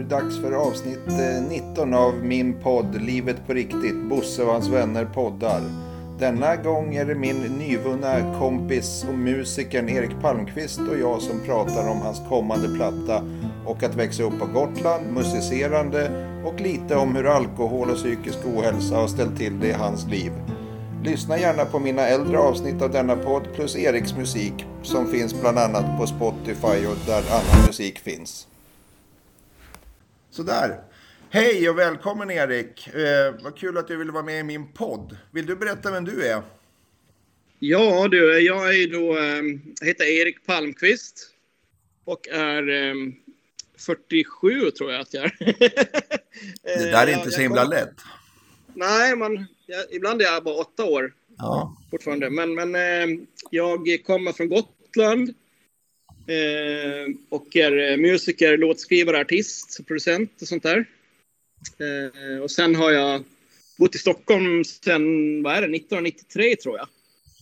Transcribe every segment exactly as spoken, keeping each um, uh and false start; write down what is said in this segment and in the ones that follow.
det dags för avsnitt nitton av min podd Livet på riktigt, Bosse och hans vänner poddar. Denna gång är det min nyvunna kompis och musikern Erik Palmqvist och jag som pratar om hans kommande platta och att växa upp på Gotland, musicerande och lite om hur alkohol och psykisk ohälsa har ställt till det i hans liv. Lyssna gärna på mina äldre avsnitt av denna podd plus Eriks musik som finns bland annat på Spotify och där annan musik finns. Sådär. Hej och välkommen Erik. Eh, vad kul att du ville vara med i min podd. Vill du berätta vem du är? Ja du, jag är då, äh, heter Erik Palmqvist och är äh, fyrtiosju tror jag att jag är. Det där är inte så himla lätt. Nej, man, jag, ibland är jag bara åtta år ja. fortfarande. Men, men äh, jag kommer från Gotland äh, och är musiker, låtskrivare, artist, producent och sånt där. Uh, och sen har jag bott i Stockholm sen, vad är det, nittonhundranittiotre tror jag.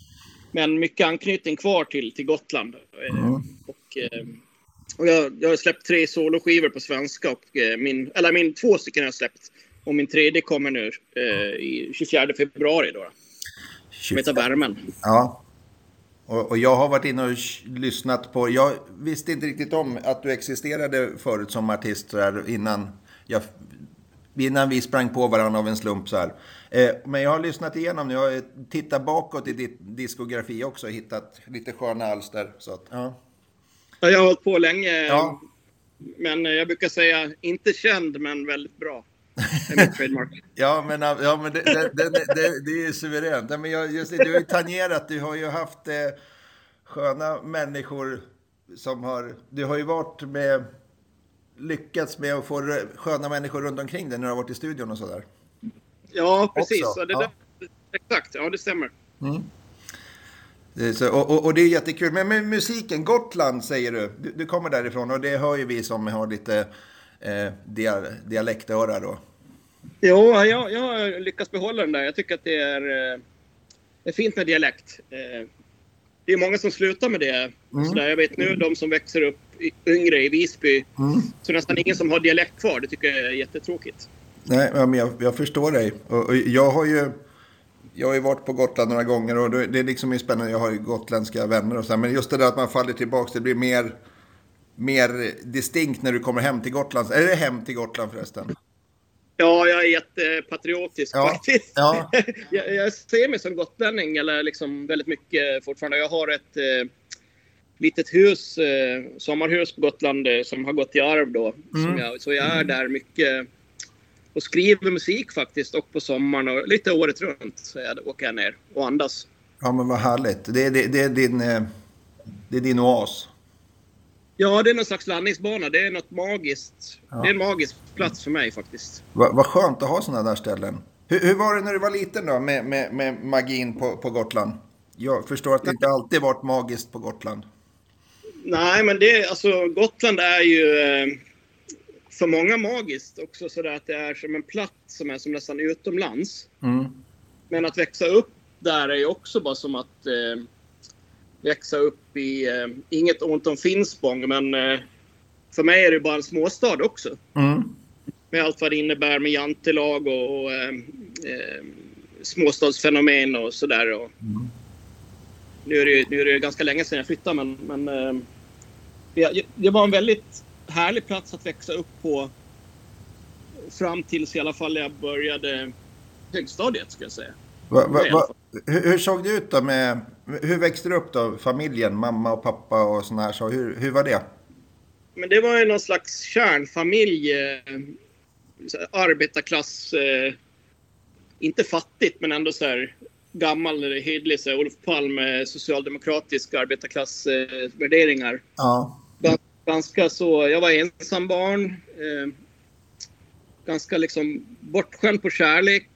Men mycket anknytning kvar till, till Gotland. Uh, mm. Och, uh, och jag, jag har släppt tre soloskivor på svenska. Och, uh, min, eller min två stycken har jag släppt. Och min tredje kommer nu uh, i tjugofjärde februari då. Som heter Värmen. Ja. Och, och jag har varit inne och lyssnat på, jag visste inte riktigt om att du existerade förut som artist där innan jag... Innan vi sprang på varandra av en slump så här. Eh, men jag har lyssnat igenom, jag har tittat bakåt i ditt diskografi också och hittat lite sköna alster. Så att, ja. Jag har hållit på länge, ja. Men jag brukar säga inte känd men väldigt bra. Det är mitt trademark. ja, men, ja, men det, det, det, det, det är ju suveränt. Men jag, just, du har ju tangerat, du har ju haft eh, sköna människor som har, du har ju varit med... lyckats med att få sköna människor runt omkring dig när du har varit i studion och sådär. Ja, precis. Så det ja. Där, exakt, ja det stämmer. Mm. Det så, och, och, och det är jättekul. Men med musiken, Gotland säger du. du. Du kommer därifrån och det hör ju vi som har lite eh, dia, dialektöra då. Ja, jag, jag har lyckats behålla den där. Jag tycker att det är, eh, är fint med dialekt. Eh, det är många som slutar med det. Mm. Så där, jag vet nu, de som växer upp yngre i Visby, mm. så nästan ingen som har dialekt kvar. Det tycker jag är jättetråkigt. Nej, men jag, jag förstår dig. Och, och jag har ju jag har ju varit på Gotland några gånger och det är liksom spännande. Jag har ju gotländska vänner och så här, men just det där att man faller tillbaka, det blir mer mer distinkt när du kommer hem till Gotland. Är det hem till Gotland förresten? Ja, jag är jättepatriotisk ja, faktiskt. Ja. jag, jag ser mig som gotlänning eller liksom väldigt mycket fortfarande. Jag har ett eh, litet hus, eh, sommarhus på Gotland eh, som har gått i arv då. Mm. Som jag, så jag är där mycket och skriver musik faktiskt och på sommaren och lite året runt så jag åker jag ner och andas. Ja, men vad härligt. Det är, det, det är, din, eh, det är din oas. Ja, det är någon slags landningsbana. Det är något magiskt. Ja. Det är en magisk plats för mig faktiskt. Vad va skönt att ha sådana där ställen. Hur, hur var det när du var liten då med, med, med magin på, på Gotland? Jag förstår att det inte alltid varit magiskt på Gotland. Nej, men det, alltså Gotland är ju eh, för många magiskt också sådär att det är som en plats som är som nästan utomlands. Mm. Men att växa upp där är ju också bara som att eh, växa upp i, eh, inget ont om Finspång, men eh, för mig är det bara en småstad också. Mm. Med allt vad det innebär med jantelag och, och eh, eh, småstadsfenomen och sådär. Och, mm. nu, är det, nu är det ganska länge sedan jag flyttade, men, men eh, det, det var en väldigt härlig plats att växa upp på fram tills i alla fall jag började högstadiet, ska jag säga. Va, va, va, hur, hur såg det ut då med, hur växte du upp då, familjen, mamma och pappa och såna här, så hur, hur var det? Men det var ju någon slags kärnfamilj, eh, arbetarklass, eh, inte fattigt men ändå så här gammal, hydlig, så här, Olof Palme, socialdemokratisk arbetarklass eh, värderingar. Ja. Ganska så, jag var ensam barn, eh, ganska liksom bortskämd på kärlek.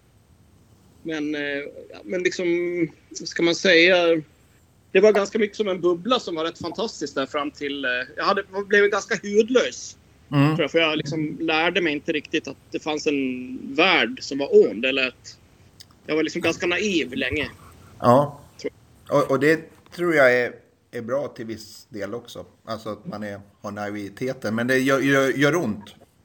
Men, eh, men liksom, ska man säga, det var ganska mycket som en bubbla som var rätt fantastiskt där fram till, eh, jag hade, blev ganska hudlös. Mm. Tror jag, för jag liksom lärde mig inte riktigt att det fanns en värld som var ond, eller att jag var liksom ganska naiv länge. Ja, och, och det tror jag är, är bra till viss del också. Alltså att man är, har naiviteten, men det gör, gör, gör ont.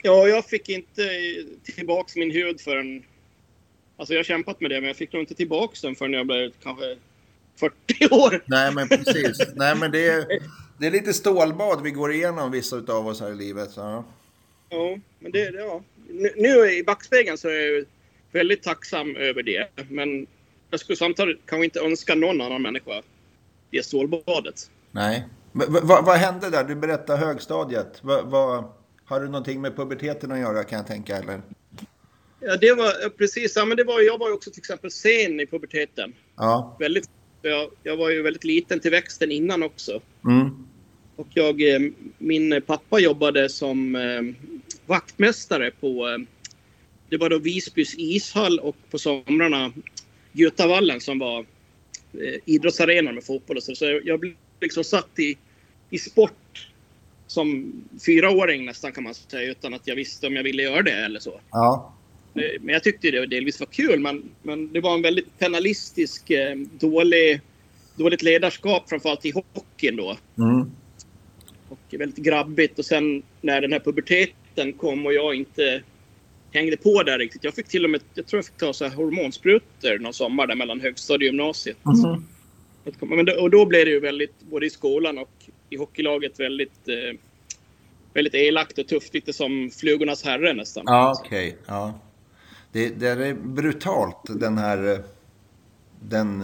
Ja, jag fick inte tillbaks min hud förrän... Alltså jag har kämpat med det, men jag fick nog inte tillbaks den förrän jag blev kanske fyrtio år. Nej, men precis. Nej, men det är, det är lite stålbad vi går igenom, vissa av oss här i livet. Så. Ja, men det... Ja. Nu, nu i backspegeln så är jag väldigt tacksam över det. Men jag skulle samtidigt kanske inte önska någon annan människa det stålbadet. Nej. V- v- vad hände där? Du berättade högstadiet. V- vad... Har du någonting med puberteten att göra, kan jag tänka, eller? Ja, det var precis. Ja, men det var, jag var ju också till exempel sen i puberteten. Ja. Väldigt, jag, jag var ju väldigt liten till växten innan också. Mm. Och jag, min pappa jobbade som eh, vaktmästare på... Eh, det var då Visbys ishall och på somrarna Götavallen som var eh, idrottsarenan med fotboll och så. Så jag, jag blev liksom satt i, i sport som fyraåring nästan, kan man säga, utan att jag visste om jag ville göra det eller så. Ja. Men jag tyckte det delvis var kul, men, men det var en väldigt penalistisk, eh, dålig, dåligt ledarskap framförallt i hockeyn då. Mm. Och väldigt grabbigt. Och sen när den här puberteten kom och jag inte hängde på där riktigt. Jag fick till och med, jag tror jag fick ta så här hormonsprutor någon sommar där mellan högstadie och gymnasiet. Mm. Men då, och då blev det ju väldigt, både i skolan och i hockeylaget, väldigt, eh, väldigt elakt och tufft. Lite som Flugornas herre nästan. Ja, okej. Okay. Ja. Det, det är brutalt, den här den,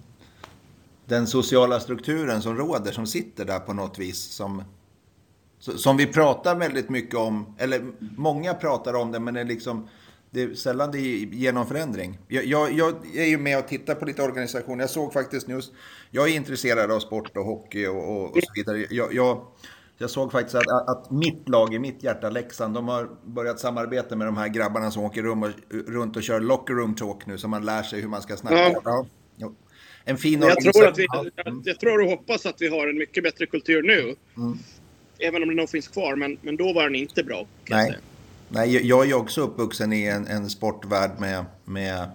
den sociala strukturen som råder, som sitter där på något vis, som, som vi pratar väldigt mycket om, eller många pratar om det, men det är liksom, det är sällan det är genom förändring. Jag, jag, jag är ju med och tittar på lite organisationer. Jag såg faktiskt just, jag är intresserad av sport och hockey och, och, och så vidare. Jag, jag, jag såg faktiskt att, att mitt lag i mitt hjärta, Leksand, de har börjat samarbeta med de här grabbarna som åker rum och, runt och kör locker room talk nu, så man lär sig hur man ska snacka. Ja. Ja. Ja. En fin jag organisation. tror, att vi, Ja. jag, jag tror och hoppas att vi har en mycket bättre kultur nu. Mm. Även om den nog finns kvar, men, men då var den inte bra. Nej. Nej, jag är ju också uppvuxen i en, en sportvärld med, med,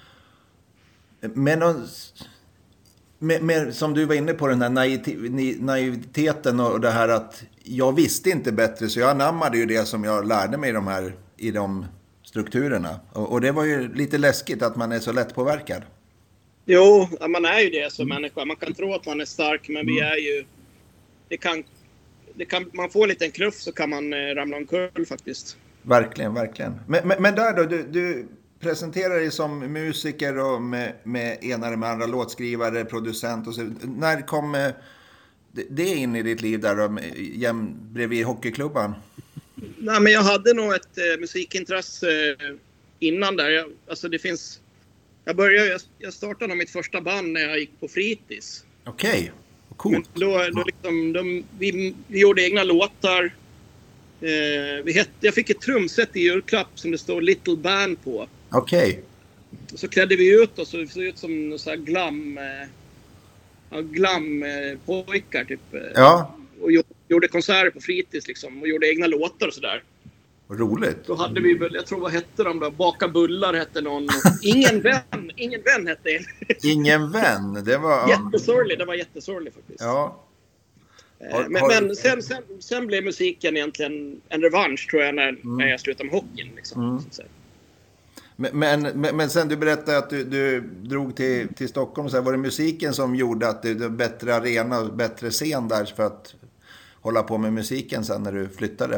med, någon, med, med, som du var inne på, den här naiv, naiviteten och det här att jag visste inte bättre, så jag anammade ju det som jag lärde mig i de här i de strukturerna. Och, och det var ju lite läskigt att man är så lätt påverkad. Jo, man är ju det som mm. människa. Man kan tro att man är stark, men vi är ju... Det kan, det kan, man får en liten knuff så kan man eh, ramla omkull faktiskt. Verkligen, verkligen. Men, men, men där då, du, du presenterar dig som musiker och med, med ena eller med andra, låtskrivare, producent och så. När kom eh, det in i ditt liv där då, jäm, bredvid hockeyklubban? Nej, men jag hade nog ett eh, musikintresse eh, innan där. Jag, alltså det finns... Jag började, jag, jag startade nog mitt första band när jag gick på fritids. Okej, okay. Coolt. Men då, då liksom, de, vi, vi gjorde egna låtar. Eh, vi hette, jag fick ett trumset i julklapp som det står Little Band på. Okej. Okay. Så klädde vi ut oss och vi såg ut som så här glam, eh, glam eh, pojkar typ. Eh, ja. Och gjorde konserter på fritids liksom, och gjorde egna låtar och sådär. Roligt. Då hade vi väl, jag tror vad hette de då? Baka bullar hette någon. Ingen vän, ingen vän hette en. Ingen vän, det var... Jättesorgligt, det var jättesorgligt faktiskt. Ja. Har, men har... men sen, sen, sen blev musiken egentligen en revansch tror jag när, mm. när jag slutade med hockeyn. Liksom, mm. så att säga. Men, men, men sen du berättade att du, du drog till, till Stockholm, så här, var det musiken som gjorde att det var bättre arena och bättre scen där för att hålla på med musiken sen när du flyttade?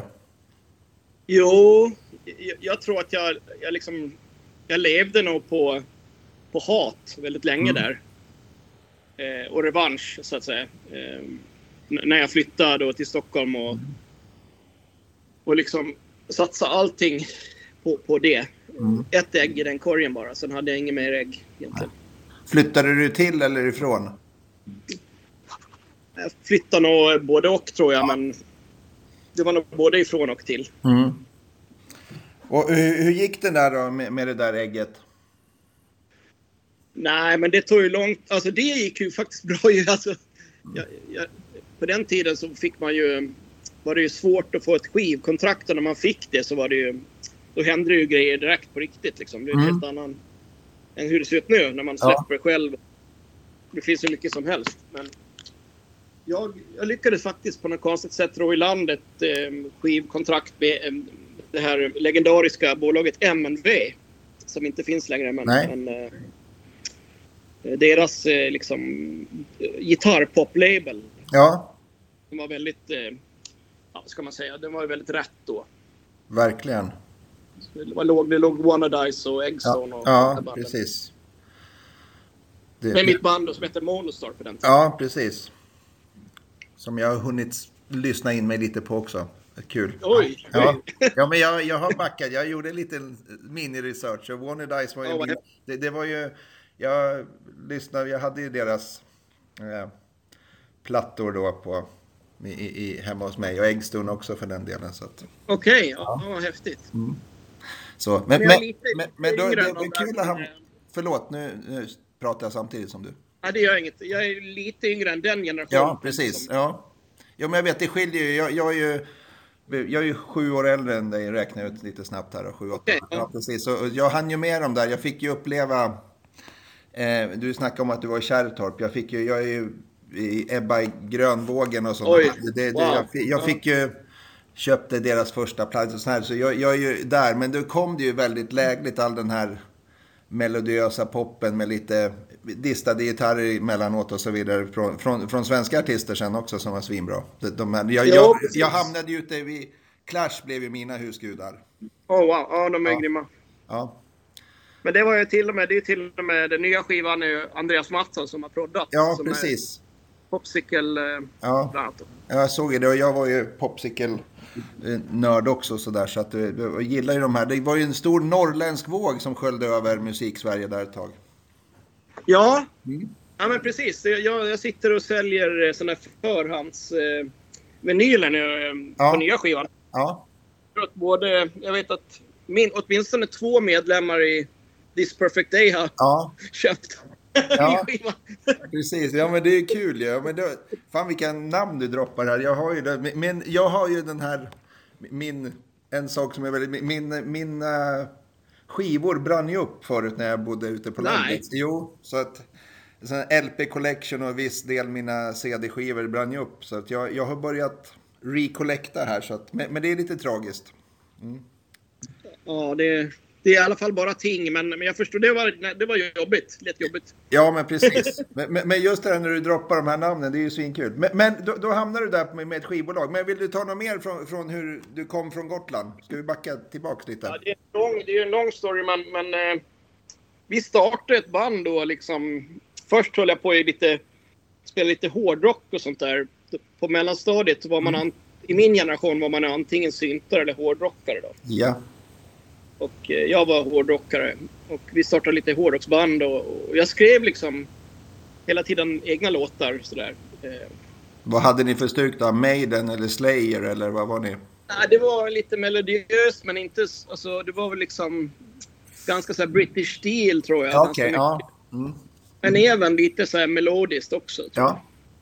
Jo, jag, jag tror att jag, jag liksom, jag levde nog på, på hat väldigt länge mm. där. Eh, och revansch så att säga. Eh, när jag flyttade då till Stockholm och, mm. och liksom satsa allting på, på det. Mm. Ett ägg i den korgen bara, sen hade jag inget mer ägg egentligen. Flyttade du till eller ifrån? Jag flyttade nog både och tror jag, ja. Men det var nog både ifrån och till. Mm. Och hur, hur gick det där då med, med det där ägget? Nej, men det tog ju långt. Alltså det gick ju faktiskt bra ju. Alltså, jag, jag, på den tiden så fick man ju, var det ju svårt att få ett skivkontrakt, och när man fick det så var det ju, då hände det ju grejer direkt på riktigt liksom. Det är en mm. helt annan än hur det ser ut nu när man släpper ja. själv. Det finns ju mycket som helst, men jag, jag lyckades faktiskt på något konstigt sätt ro i landet eh, skivkontrakt med, eh, det här legendariska bolaget M and V som inte finns längre, men, men eh, deras eh, liksom gitarrpop-label. Ja. Den var väldigt, eh, ja, vad ska man säga, den var väldigt rätt då. Verkligen. Det var låg, det låg Wanna Dice och Eggstone ja, och ja precis. Det, det är mitt band då, som heter Monostar på den tiden. Ja, precis. Som jag har hunnit lyssna in mig lite på också. Kul. Oj! Ja, ja men jag, jag har backat. Jag gjorde lite mini-research. Och Wanna Dice var ju... Oh, min, det, det var ju... Jag lyssnade... Jag hade ju deras eh, plattor då på... I, i, hemma hos mig. Och Eggstone också för den delen. Okej, okay, ja, ja, häftigt. Mm. Så, men men, lite, men, men då, det var kul att han... Förlåt, nu, nu pratar jag samtidigt som du. Ja, det gör inget. Jag är lite yngre än den generationen. Ja, precis. Som... Ja. ja, men jag vet, det skiljer ju. Jag, jag är ju... Jag är ju sju år äldre än dig, räknar ut lite snabbt här. Sju, åtta. Okay, ja. Ja, precis. Så jag hann ju med dem där. Jag fick ju uppleva... Eh, du snackade om att du var i Kärrtorp. Jag fick ju... Jag är ju i Ebba i Grönvågen och sånt. Oj, det, det, wow. jag, fick, jag fick ju... Köpte deras första plats och så här. Så jag, jag är ju där. Men då kom det ju väldigt lägligt all den här melodiösa poppen med lite distade gitarrer emellanåt och så vidare. Från, från, från svenska artister sen också som var svinbra. De, de här, jag, jag, jag hamnade ju ute vid... Clash blev ju mina husgudar. Åh oh, wow, ja de är ja. grymma. Ja. Men det var ju till och med, det är till och med den nya skivan är ju Andreas Mattsson som har proddat. Ja, precis. Popsicle eh, ja. bland. Jag såg det och jag var ju popsicle nörd också så där så att jag gillar ju de här. Det var ju en stor norrländsk våg som sköljde över musik-Sverige där ett tag. Ja, mm. ja men precis. Jag, jag sitter och säljer såna här förhands eh, vinylen eh, ja. på nya skivan. Ja. Både, jag vet att min, åtminstone två medlemmar i This Perfect Day har ja. köpt. Ja, precis. Ja, men det är kul. Ja. Men det, fan vilka namn du droppar här. Jag har ju det. Men jag har ju den här min en sak som är väldigt min min uh, skivor brann ju upp förut när jag bodde ute på landet. Jo, så att sån L P collection och viss del mina C D-skivor brann ju upp så att jag jag har börjat recollekta här så att men, men det är lite tragiskt. Mm. Ja, det Det är i alla fall bara ting, men, men jag förstår, det var, det var jobbigt, lite jobbigt. Ja, men precis. men, men just det här när du droppar de här namnen, det är ju svinkul. Men, men då, då hamnar du där med, med ett skivbolag. Men vill du ta något mer från, från hur du kom från Gotland? Ska vi backa tillbaka lite? Ja, det är en lång, det är en lång story, men, men eh, vi startade ett band då liksom. Först höll jag på i lite, spela lite hårdrock och sånt där. På mellanstadiet var man, mm. an, i min generation var man antingen syntare eller hårdrockare då. Ja. Och jag var hårdrockare. Och vi startade lite hårdrocksband. Och, och jag skrev liksom hela tiden egna låtar. Sådär. Vad hade ni för stuk då? Maiden eller Slayer? Eller vad var ni? Nej, det var lite melodiöst. Men inte... Alltså, det var väl liksom... Ganska så här British stil tror jag. Okej, okay, ja. Mm. Men även lite så här melodiskt också. Ja.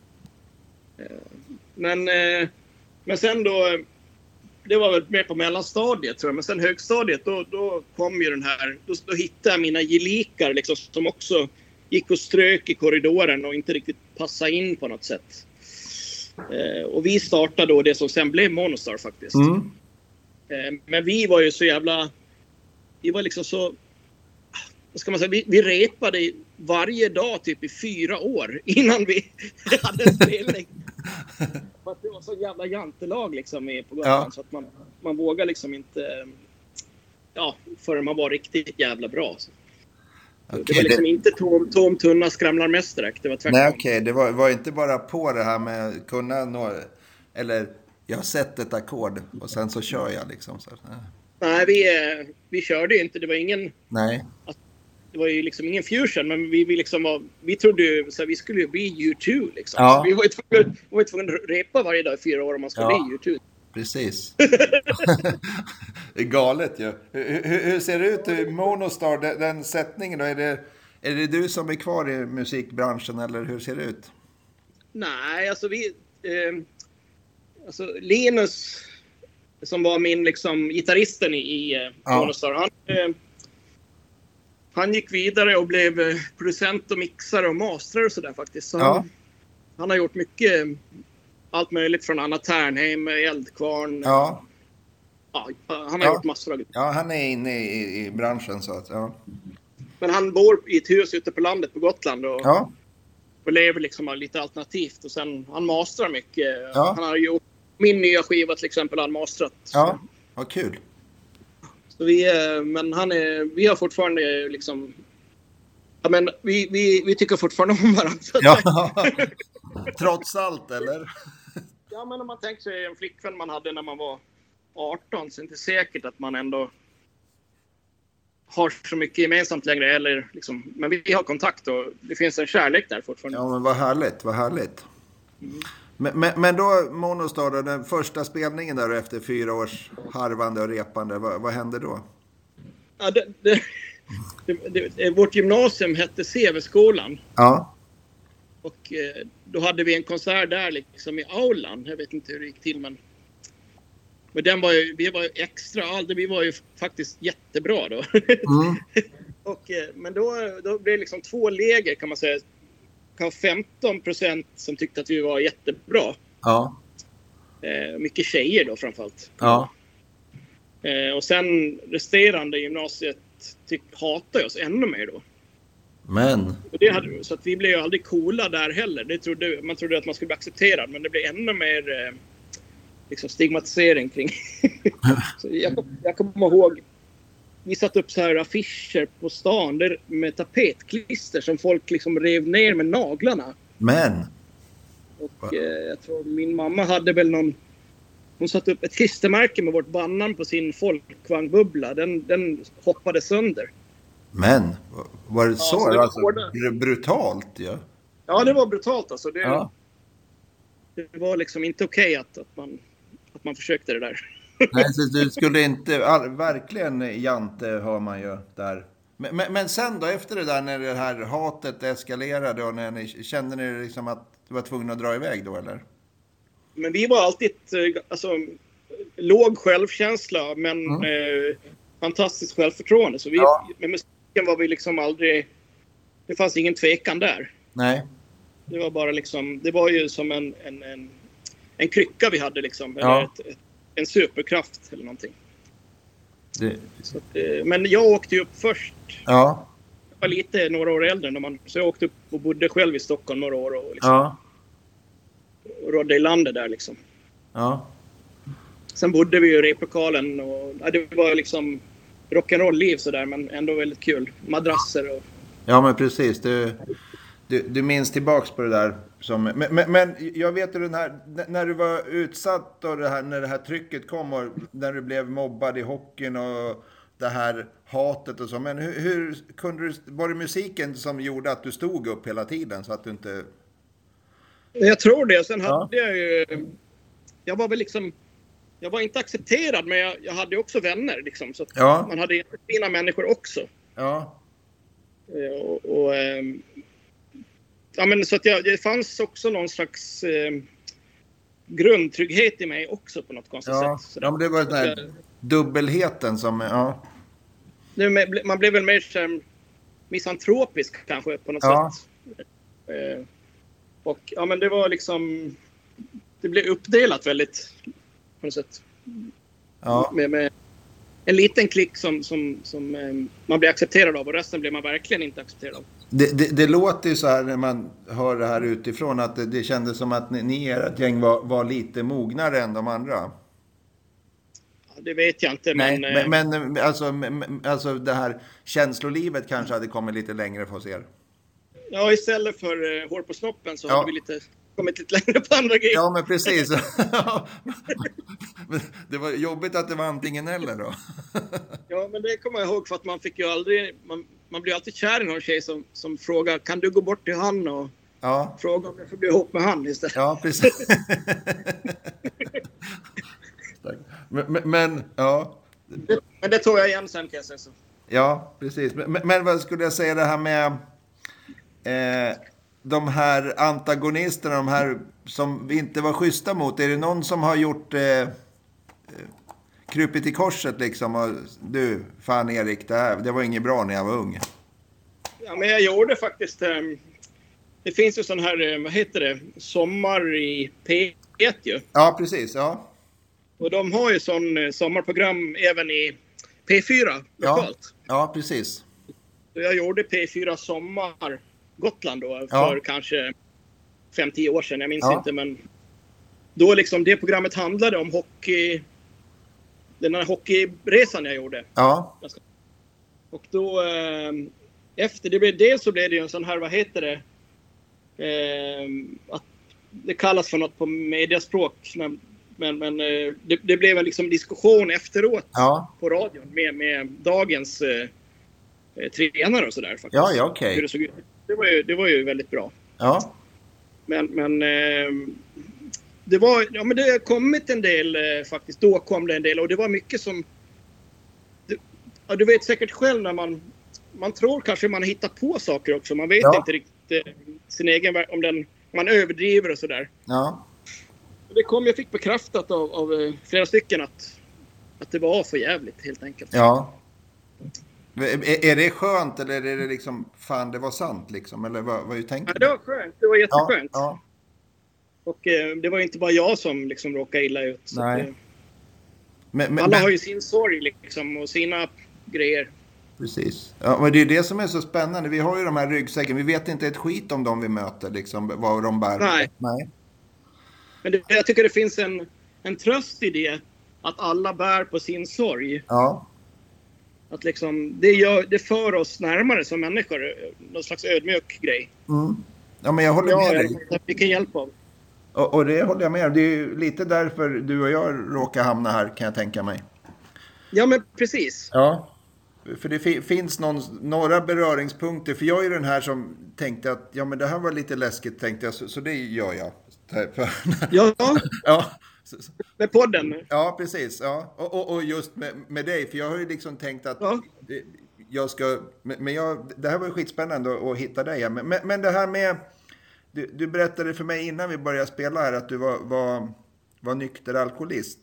Men... Men sen då... Det var väl mer på mellanstadiet tror jag. Men sen högstadiet, då, då kom ju den här... Då, då hittade jag mina gelikar liksom, som också gick och strök i korridoren och inte riktigt passade in på något sätt. Eh, och vi startade då det som sen blev Monostar faktiskt. Mm. Eh, men vi var ju så jävla... Vi var liksom så... Vad ska man säga? Vi, vi repade varje dag typ i fyra år innan vi hade en spelning. För att det var så jävla jantelag liksom i på Gotland, ja. Så att man, man vågar liksom inte, ja, förrän man var riktigt jävla bra. Så. Okay, det var liksom det... inte tom, tom tunna skramlarmästare, det var tvärtom. Nej, okej, okay. Det var, var inte bara på det här med att kunna nå, eller jag har sett ett ackord och sen så kör jag liksom. Så. Nej, Nej vi, vi körde ju inte, det var ingen... Nej. Att, det var ju liksom ingen fusion, men vi, vi liksom var, vi trodde ju så här, vi skulle ju bli U två liksom. Ja. Så vi var ju tvungna, var ju tvungna att repa varje dag i fyra år om man ska ja. bli U två. Precis. Det är galet ju. Ja. Hur, hur, hur ser det ut i Monostar, den, den sättningen då? Är det, är det du som är kvar i musikbranschen eller hur ser det ut? Nej, alltså vi... Eh, alltså Linus, som var min liksom gitarristen i, i ja. Monostar, han... Eh, Han gick vidare och blev producent och mixare och master och sådär faktiskt. Så ja. han, han har gjort mycket, allt möjligt från Anna Ternheim, Eldkvarn. Ja. Ja, han har ja. gjort massor av grejer. Ja, han är inne i, i branschen så att, ja. Men han bor i ett hus ute på landet på Gotland och, ja. och lever liksom lite alternativt. Och sen, han mastrar mycket. Ja. Han har gjort min nya skiva till exempel, han mastrat. Ja, vad kul. Så vi, men han är, vi har fortfarande liksom... Ja, men vi, vi, vi tycker fortfarande om varandra. Ja, trots allt, eller? Ja, men om man tänker sig en flickvän man hade när man var arton, så är det inte säkert att man ändå har så mycket gemensamt längre. Eller liksom, men vi har kontakt och det finns en kärlek där fortfarande. Ja, men vad härligt, vad härligt. Mm. Men, men, men då, Monostar, då, den första spelningen där efter fyra års harvande och repande, vad, vad hände då? Ja, det, det, det, det, vårt gymnasium hette C V-skolan. Ja. Och eh, då hade vi en konsert där liksom i aulan. Jag vet inte hur det gick till, men... Men den var ju, vi var ju extra, vi var ju faktiskt jättebra då. Mm. och, men då, då blev det liksom två läger kan man säga. femton procent som tyckte att vi var jättebra. Ja. Eh, mycket tjejer då framförallt. Ja. Eh, och sen resterande gymnasiet tyck, hatade oss ännu mer då. Men. Och det hade, så att vi blev ju aldrig coola där heller. Det trodde, man trodde att man skulle bli accepterad, men det blev ännu mer... Eh, liksom stigmatisering kring. så jag, jag kommer ihåg vi satt upp så här affischer på stan där, med tapetklister som folk liksom rev ner med naglarna. Men och eh, jag tror min mamma hade väl någon, hon satte upp ett klistermärke med vårt bannamn på sin folkvagnbubbla. Den, den hoppade sönder. Men var det så? Ja, så det var alltså, br- brutalt, ja. Ja, det var brutalt alltså. Det, ja. det var liksom inte okej okay att, att man att man försökte det där. Nej, så du skulle inte... All, verkligen jante hör man ju där. Men, men, men sen då, efter det där, när det här hatet eskalerade och när ni, kände ni liksom att du var tvungen att dra iväg då, eller? Men vi var alltid alltså, låg självkänsla, men mm. eh, fantastiskt självförtroende. Så vi, ja. Med musiken var vi liksom aldrig... Det fanns ingen tvekan där. Nej. Det var bara liksom... Det var ju som en... en, en En krycka vi hade liksom. Ja. Eller ett, ett, en superkraft eller någonting. Det... Så att, men jag åkte ju upp först. Ja. Jag var lite några år äldre. När man, så jag åkte upp och bodde själv i Stockholm några år. Och, liksom, ja. och rådde i landet där liksom. Ja. Sen bodde vi i replokalen. Och, ja, det var liksom rock'n'roll-liv sådär. Men ändå väldigt kul. Madrasser och... Ja, men precis. Du, du, du minns tillbaks på det där. Som, men, men, men jag vet ju den här, när du var utsatt och det här, när det här trycket kom och när du blev mobbad i hockeyn och det här hatet och så. Men hur, hur kunde du, var det musiken som gjorde att du stod upp hela tiden så att du inte... Jag tror det. Sen ja. hade jag ju... Jag var väl liksom... Jag var inte accepterad, men jag, jag hade också vänner liksom. Så att ja. Man hade fina människor också. Ja. Och... och ähm, ja, men så att jag, det fanns också någon slags eh, grundtrygghet i mig också på något konstigt ja. sätt. Ja, men det var den här jag, dubbelheten som, ja. Det, man blev väl mer så misantropisk kanske på något ja. sätt. Eh, och ja, men det var liksom, det blev uppdelat väldigt på något sätt. Ja. Med, med en liten klick som, som, som eh, man blir accepterad av och resten blir man verkligen inte accepterad av. Det, det, det låter ju så här när man hör det här utifrån att det, det kändes som att ni, ni ert gäng var, var lite mognare än de andra. Ja, det vet jag inte. Nej, men, men, men alltså, alltså det här känslolivet kanske hade kommit lite längre för er. Ja, istället för uh, hår på snoppen så ja. hade vi lite, kommit lite längre på andra grejer. Ja, men precis. Det var jobbigt att det var antingen eller då. Ja, men det kommer jag ihåg för att man fick ju aldrig... Man, man blir alltid kär i någon tjej som, som frågar, kan du gå bort till han och ja. fråga om jag får bli ihop med han istället. Ja, precis. men, men, men, ja. Det, men det tog jag igen sen kan jag säga så. Ja, precis. Men, men vad skulle jag säga det här med eh, de här antagonisterna, de här som vi inte var schyssta mot. Är det någon som har gjort eh, krupit i korset liksom och du, fan Erik, det här, det var inget bra när jag var ung. Ja, men jag gjorde faktiskt eh, det finns ju sån här, eh, vad heter det, sommar i P ett ju. Ja, precis, ja. Och de har ju sån sommarprogram även i P fyra lokalt. Ja, ja precis. Så jag gjorde P fyra Sommar Gotland då för ja. kanske fem tio år sedan, jag minns ja. inte, men då liksom det programmet handlade om hockey, den här hockeyresan jag gjorde. Ja. Och då eh, efter det blev det så blev det ju en sån här, vad heter det? Eh, att det kallas för något på mediaspråk, men, men, men eh, det, det blev en liksom diskussion efteråt ja. på radion med, med dagens eh, tränare och sådär faktiskt. Ja, ja, okej. Okay. Det, det, var ju, det var ju väldigt bra. Ja. Men, men eh, det var, ja men det har kommit en del eh, faktiskt, då kom det en del och det var mycket som, du, ja, du vet säkert själv när man, man tror kanske man hittar på saker också, man vet ja. inte riktigt eh, sin egen, om den, man överdriver och sådär. Ja. Det kom, jag fick bekräftat av, av eh, flera stycken att, att det var för jävligt helt enkelt. Ja. Är, är det skönt eller är det liksom, fan det var sant liksom, eller vad, vad tänker du? Ja, det var skönt, det var jätteskönt. Ja, ja. Och eh, det var inte bara jag som liksom råkade illa ut. Så Nej. Att, eh, men, men, alla men... har ju sin sorg liksom och sina grejer. Precis. Ja, men det är det som är så spännande. Vi har ju de här ryggsäcken. Vi vet inte ett skit om dem vi möter, liksom, vad de bär. Nej. Nej. Men det, jag tycker det finns en, en tröst i det. Att alla bär på sin sorg. Ja. Att liksom, det, gör, det för oss närmare som människor. Någon slags ödmjuk grej. Mm. Ja, men jag håller ja, med dig. Jag fick en hjälp av. Och, och det håller jag med om. Det är ju lite därför du och jag råkar hamna här, kan jag tänka mig. Ja, men precis. Ja. För det fi- finns någon, några beröringspunkter. För jag är den här som tänkte att ja, men det här var lite läskigt, tänkte jag. Så, så det gör jag. Ja. Ja. Med podden. Ja, precis. Ja. Och, och, och just med, med dig. För jag har ju liksom tänkt att ja. jag ska... Men jag, det här var ju skitspännande att hitta dig. Men, men det här med... Du, du berättade för mig innan vi började spela här att du var, var, var nykter alkoholist.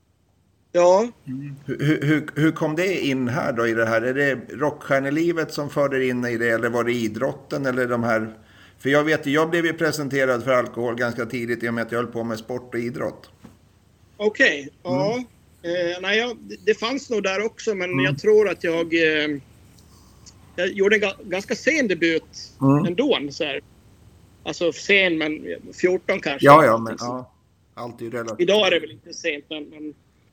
Ja. Mm. Hur, hur, hur kom det in här då i det här? Är det rockstjärnelivet som förde in i det, eller var det idrotten eller de här? För jag vet, jag blev ju presenterad för alkohol ganska tidigt i och med att jag höll på med sport och idrott. Okej, okay. ja. Mm. Eh, nej, jag, det fanns nog där också, men mm. jag tror att jag eh, jag gjorde en ga- ganska sen debut mm. ändå. Så här. Alltså sen, men fjorton kanske. Ja, ja, men ja. Allt är ju relativt. Idag är det väl inte sent, men, men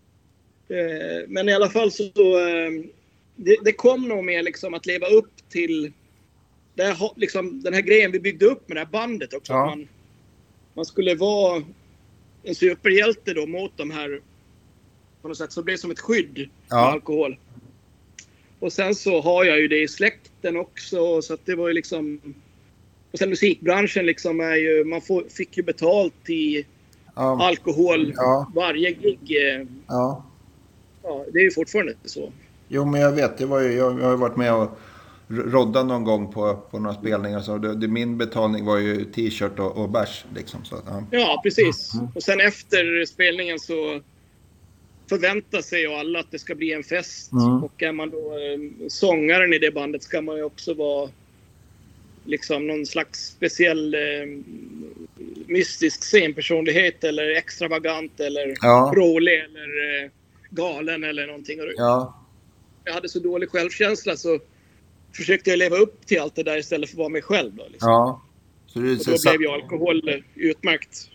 eh, men i alla fall så eh, det, det kom nog med liksom att leva upp till det här, liksom, den här grejen vi byggde upp med det här bandet också. Ja. Man, man skulle vara en superhjälte då mot de här, på något sätt, så det blev som ett skydd ja. med alkohol. Och sen så har jag ju det i släkten också, så att det var ju liksom, och sen musikbranschen liksom är ju, man får, fick ju betalt i ja. alkohol ja. varje gig. Ja. Ja, det är ju fortfarande så. Jo, men jag vet, det var ju, jag, jag har varit med och rodda någon gång på, på några spelningar, så det, det, min betalning var ju t-shirt och, och bärs liksom. Så, ja. ja, precis. Mm. Och sen efter spelningen så förväntar sig ju alla att det ska bli en fest. Mm. Och är man då eh, sångaren i det bandet ska man ju också vara liksom någon slags speciell eh, mystisk scenpersonlighet eller extravagant eller ja. rolig eller eh, galen eller någonting. Ja. Jag hade så dålig självkänsla så försökte jag leva upp till allt det där istället för att vara mig själv då, liksom. Ja. Så du, och då så, blev ju alkohol utmärkt.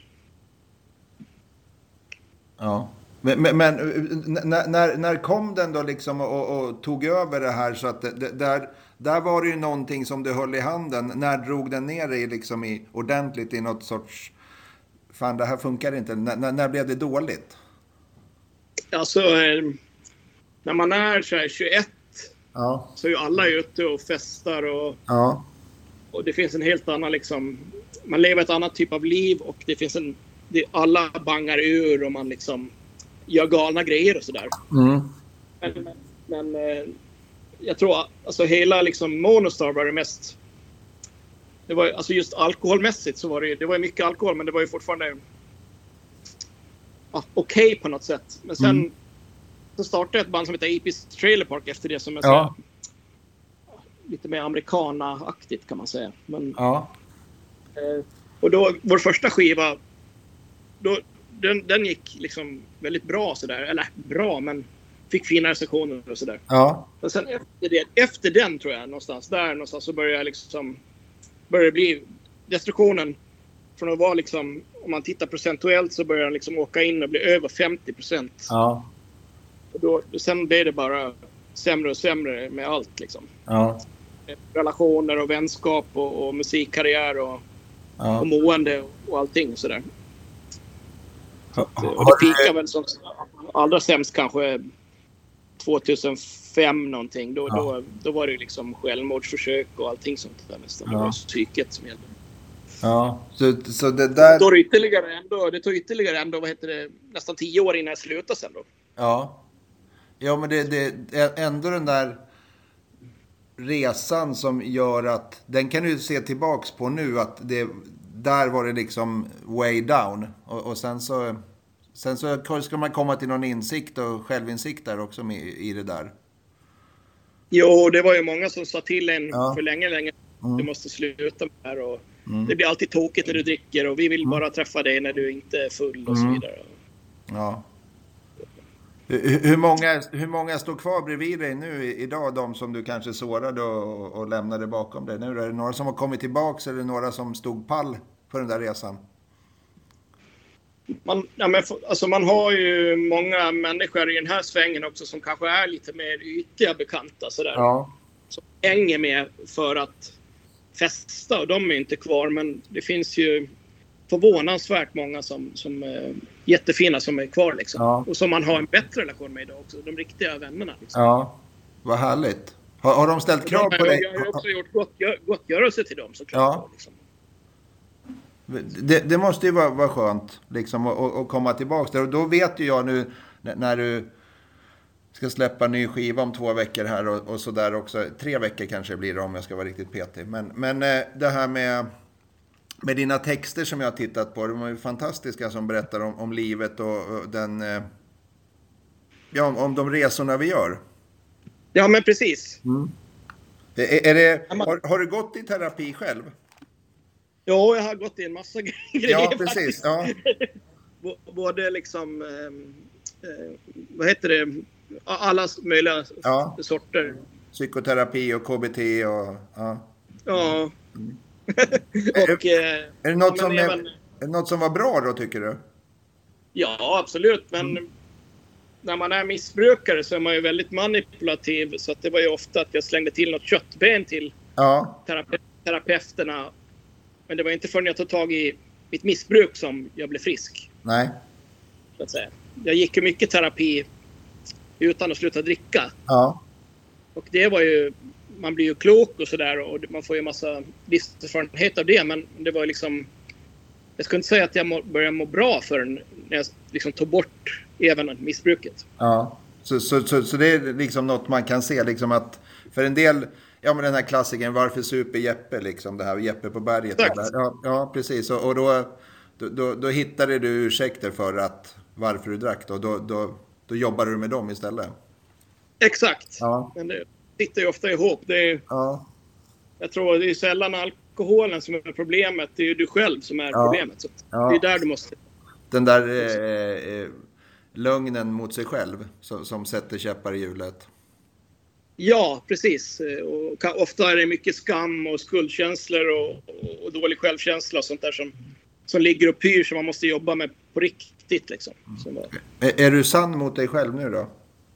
Ja. Men, men, men när, när kom den då liksom och, och tog över det här, så att det, där, där var det ju någonting som du höll i handen. När drog den ner i, liksom i ordentligt i något sorts, fan det här funkar inte, när, när, när blev det dåligt? Alltså när man är så här tjugoett ja. så är ju alla ute och festar och, ja. och det finns en helt annan liksom, man lever ett annat typ av liv och det finns en, det, alla bangar ur och man liksom gör galna grejer och sådär. Mm. Men, men jag tror alltså hela liksom Monostar var det mest, det var alltså just alkoholmässigt så var det, det var mycket alkohol men det var ju fortfarande ja, okej okay på något sätt. Men sen mm. så startade ett band som heter A P's Trailer Park efter det som är ja. så, lite mer amerikana-aktigt kan man säga. Men, ja. eh, och då, vår första skiva, då, den, den gick liksom väldigt bra sådär. Eller bra, men fick fina recensioner och sådär. Ja. Men sen efter, det, efter den tror jag någonstans, där någonstans så började jag liksom, började bli destruktionen från att vara liksom, om man tittar procentuellt så börjar den liksom åka in och bli över femtio procent. Ja. Och då, sen blev det bara sämre och sämre med allt liksom. Ja. Relationer och vänskap och, och musikkarriär och, ja. och mående och, och allting sådär. Så att, ha, och det pikade väl som allra sämst kanske tjugohundrafem någonting. Då, ja. då, då var det liksom självmordsförsök och allting sånt där nästan. Ja. Det var psyket som gällde. Ja, så, så det där... Då det, ytterligare ändå, det tog ytterligare ändå, vad heter det, nästan tio år innan jag slutade sen då. Ja, ja men det, det är ändå den där resan som gör att, den kan du se tillbaks på nu, att det, där var det liksom way down. Och, och sen så sen så ska man komma till någon insikt och självinsikt där också med, i det där. Jo, det var ju många som sa till en ja. för länge, länge. Mm. Du måste sluta med det här och mm. det blir alltid tokigt när du dricker och vi vill mm. bara träffa dig när du inte är full och så mm. vidare. Ja. Hur, hur, många, hur många står kvar bredvid dig nu idag, de som du kanske sårade och, och lämnade bakom dig? Nu är det några som har kommit tillbaka eller några som stod pall på den där resan? Man, ja, men, alltså man har ju många människor i den här svängen också som kanske är lite mer ytliga bekanta sådär. Ja. Som hänger med för att festa och de är inte kvar, men det finns ju förvånansvärt många som, som är jättefina som är kvar liksom. Ja. Och som man har en bättre relation med idag också, de riktiga vännerna liksom. Ja, vad härligt. Har, har de ställt krav på dig? Jag har också gjort gottgör, gottgörelse till dem såklart. Ja. Liksom. Det, det måste ju vara, vara skönt liksom, att, att komma tillbaka där. Och då vet ju jag nu när du ska släppa ny skiva om två veckor här och, och så där också. Tre veckor kanske blir det om jag ska vara riktigt petig. Men, men det här med, med dina texter som jag har tittat på, de är ju fantastiska, som berättar om, om livet och, och den, ja, om, om de resorna vi gör. Ja, men precis. Mm. Är, är det, har, har du gått i terapi själv? Ja, jag har gått i en massa grejer. Ja, precis. Ja. Både liksom, eh, vad heter det, alla möjliga ja. sorter. Psykoterapi och K B T och... Ja. Ja. Mm. och, är, är, det något som är, även, är det något som var bra då, tycker du? Ja, absolut. Men mm. när man är missbrukare så är man ju väldigt manipulativ. Så att det var ju ofta att jag slängde till något köttben till ja. terape- terapeuterna. Men det var inte förrän jag tog tag i mitt missbruk som jag blev frisk. Nej. Så att säga. Jag gick ju mycket terapi utan att sluta dricka. Ja. Och det var ju, man blir ju klok och sådär och man får ju massa livserfarenhet av det. Men det var liksom, jag skulle inte säga att jag må, började må bra förrän när jag liksom tog bort även missbruket. Ja, så, så, så, så det är liksom något man kan se liksom att för en del, ja men den här klassikern, varför super Jeppe liksom, det här Jeppe på berget. Ja, ja, precis. Och, och då, då, då, då hittade du ursäkter för att varför du drack då, då, då, då jobbar du med dem istället. Exakt, ja. Men det sitter ju ofta ihop. Det är, ja. Jag tror det är sällan alkoholen som är problemet, det är ju du själv som är ja. problemet. Så ja. Det är där du måste... Den där eh, eh, lögnen mot sig själv som, som sätter käppar i hjulet. Ja, precis. Och ofta är det mycket skam och skuldkänslor och, och dålig självkänsla och sånt där som, som ligger och pyr som man måste jobba med på riktigt. Liksom. Mm. Är, är du sann mot dig själv nu då?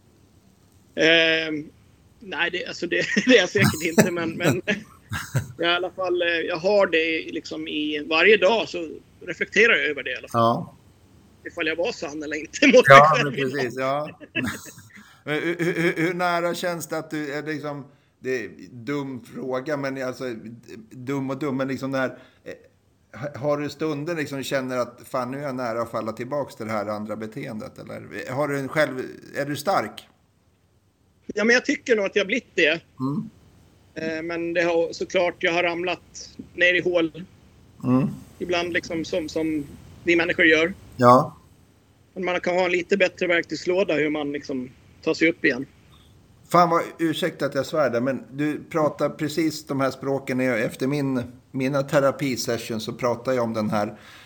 Eh, nej, det, alltså det, det är jag säkert inte. Men, men i alla fall, jag har det liksom i varje dag så reflekterar jag över det i alla fall. Ja. Ifall jag var sann eller inte mot ja, mig själv. Precis, ja, precis. Hur, hur, hur nära känns det att du är liksom, det är en dum fråga, men alltså dum och dum, men liksom när, har du stunden liksom känner att fan nu är jag nära att falla tillbaka till det här andra beteendet, eller har du en själv, är du stark? Ja, men jag tycker nog att jag blivit det. Mm. Men det har såklart, jag har ramlat ner i hål. Mm. Ibland liksom som, som vi människor gör. Ja. Men man kan ha en lite bättre verktygslåda hur man liksom tar sig upp igen. Fan vad, ursäkta att jag svär där, men du pratar precis de här språken. Efter min, mina terapisessions så pratar jag om den här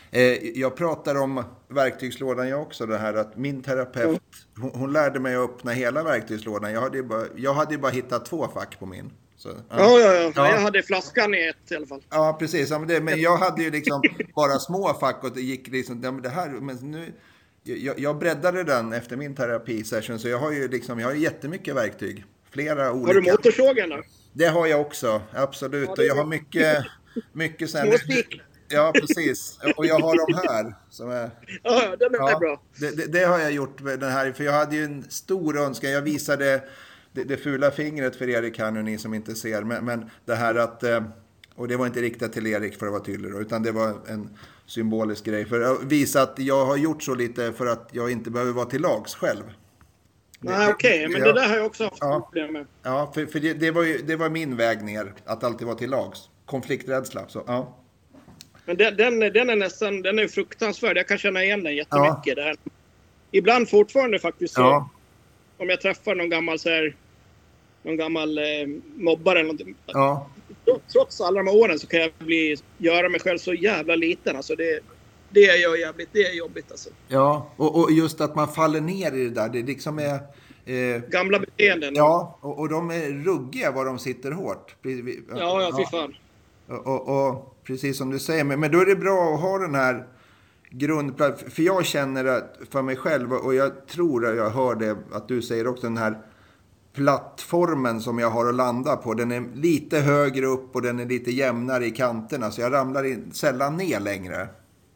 Eh, jag pratar om verktygslådan jag också, det här att min terapeut, mm. hon, hon lärde mig att öppna hela verktygslådan. Jag hade ju bara, jag hade ju bara hittat två fack på min. Så, ja. Ja, ja, ja, ja. Jag hade flaskan i ett i alla fall. Ja, precis. Ja, men, det, men jag hade ju liksom bara små fack och det gick liksom, ja, men det här, men nu, jag, jag breddade den efter min terapisession, så jag har ju liksom, jag har ju jättemycket verktyg. Flera olika. Har du motorsågen då? Det har jag också, absolut. Ja, och jag har mycket, mycket sen. Ja, precis. Och jag har de här som är... Ja, den är ja, bra. Det, det, det har jag gjort med den här, för jag hade ju en stor önskan. Jag visade det, det fula fingret för Erik här nu, ni som inte ser. Men, men det här att, och det var inte riktat till Erik för att vara tydlig då, utan det var en symbolisk grej. För att visa att jag har gjort så lite för att jag inte behöver vara till lags själv. Nej, okej. Okay. Men ja, det där har jag också haft ja, problem med. Ja, för, för det, det, var ju, det var min väg ner, att alltid vara till lags. Konflikträdsla, så ja. Men den, den, den är nästan, den är fruktansvärd. Jag kan känna igen den jättemycket. Ja. Det här. Ibland fortfarande faktiskt så. Ja. Om jag träffar någon gammal så här, någon gammal eh, mobbare eller någonting. Ja. Trots alla de här åren så kan jag bli, göra mig själv så jävla liten. Alltså det, det är jag jävligt, det är jobbigt alltså. Ja, och, och just att man faller ner i det där. Det liksom är... Eh, gamla beteenden. Ja, och, och de är ruggiga var de sitter hårt. Ja, ja, fy fan. Och, och, och precis som du säger, men, men då är det bra att ha den här grundplatsen. För jag känner att för mig själv, och jag tror att jag hör det att du säger också, den här plattformen som jag har att landa på, den är lite högre upp och den är lite jämnare i kanterna, så jag ramlar in, sällan ner längre.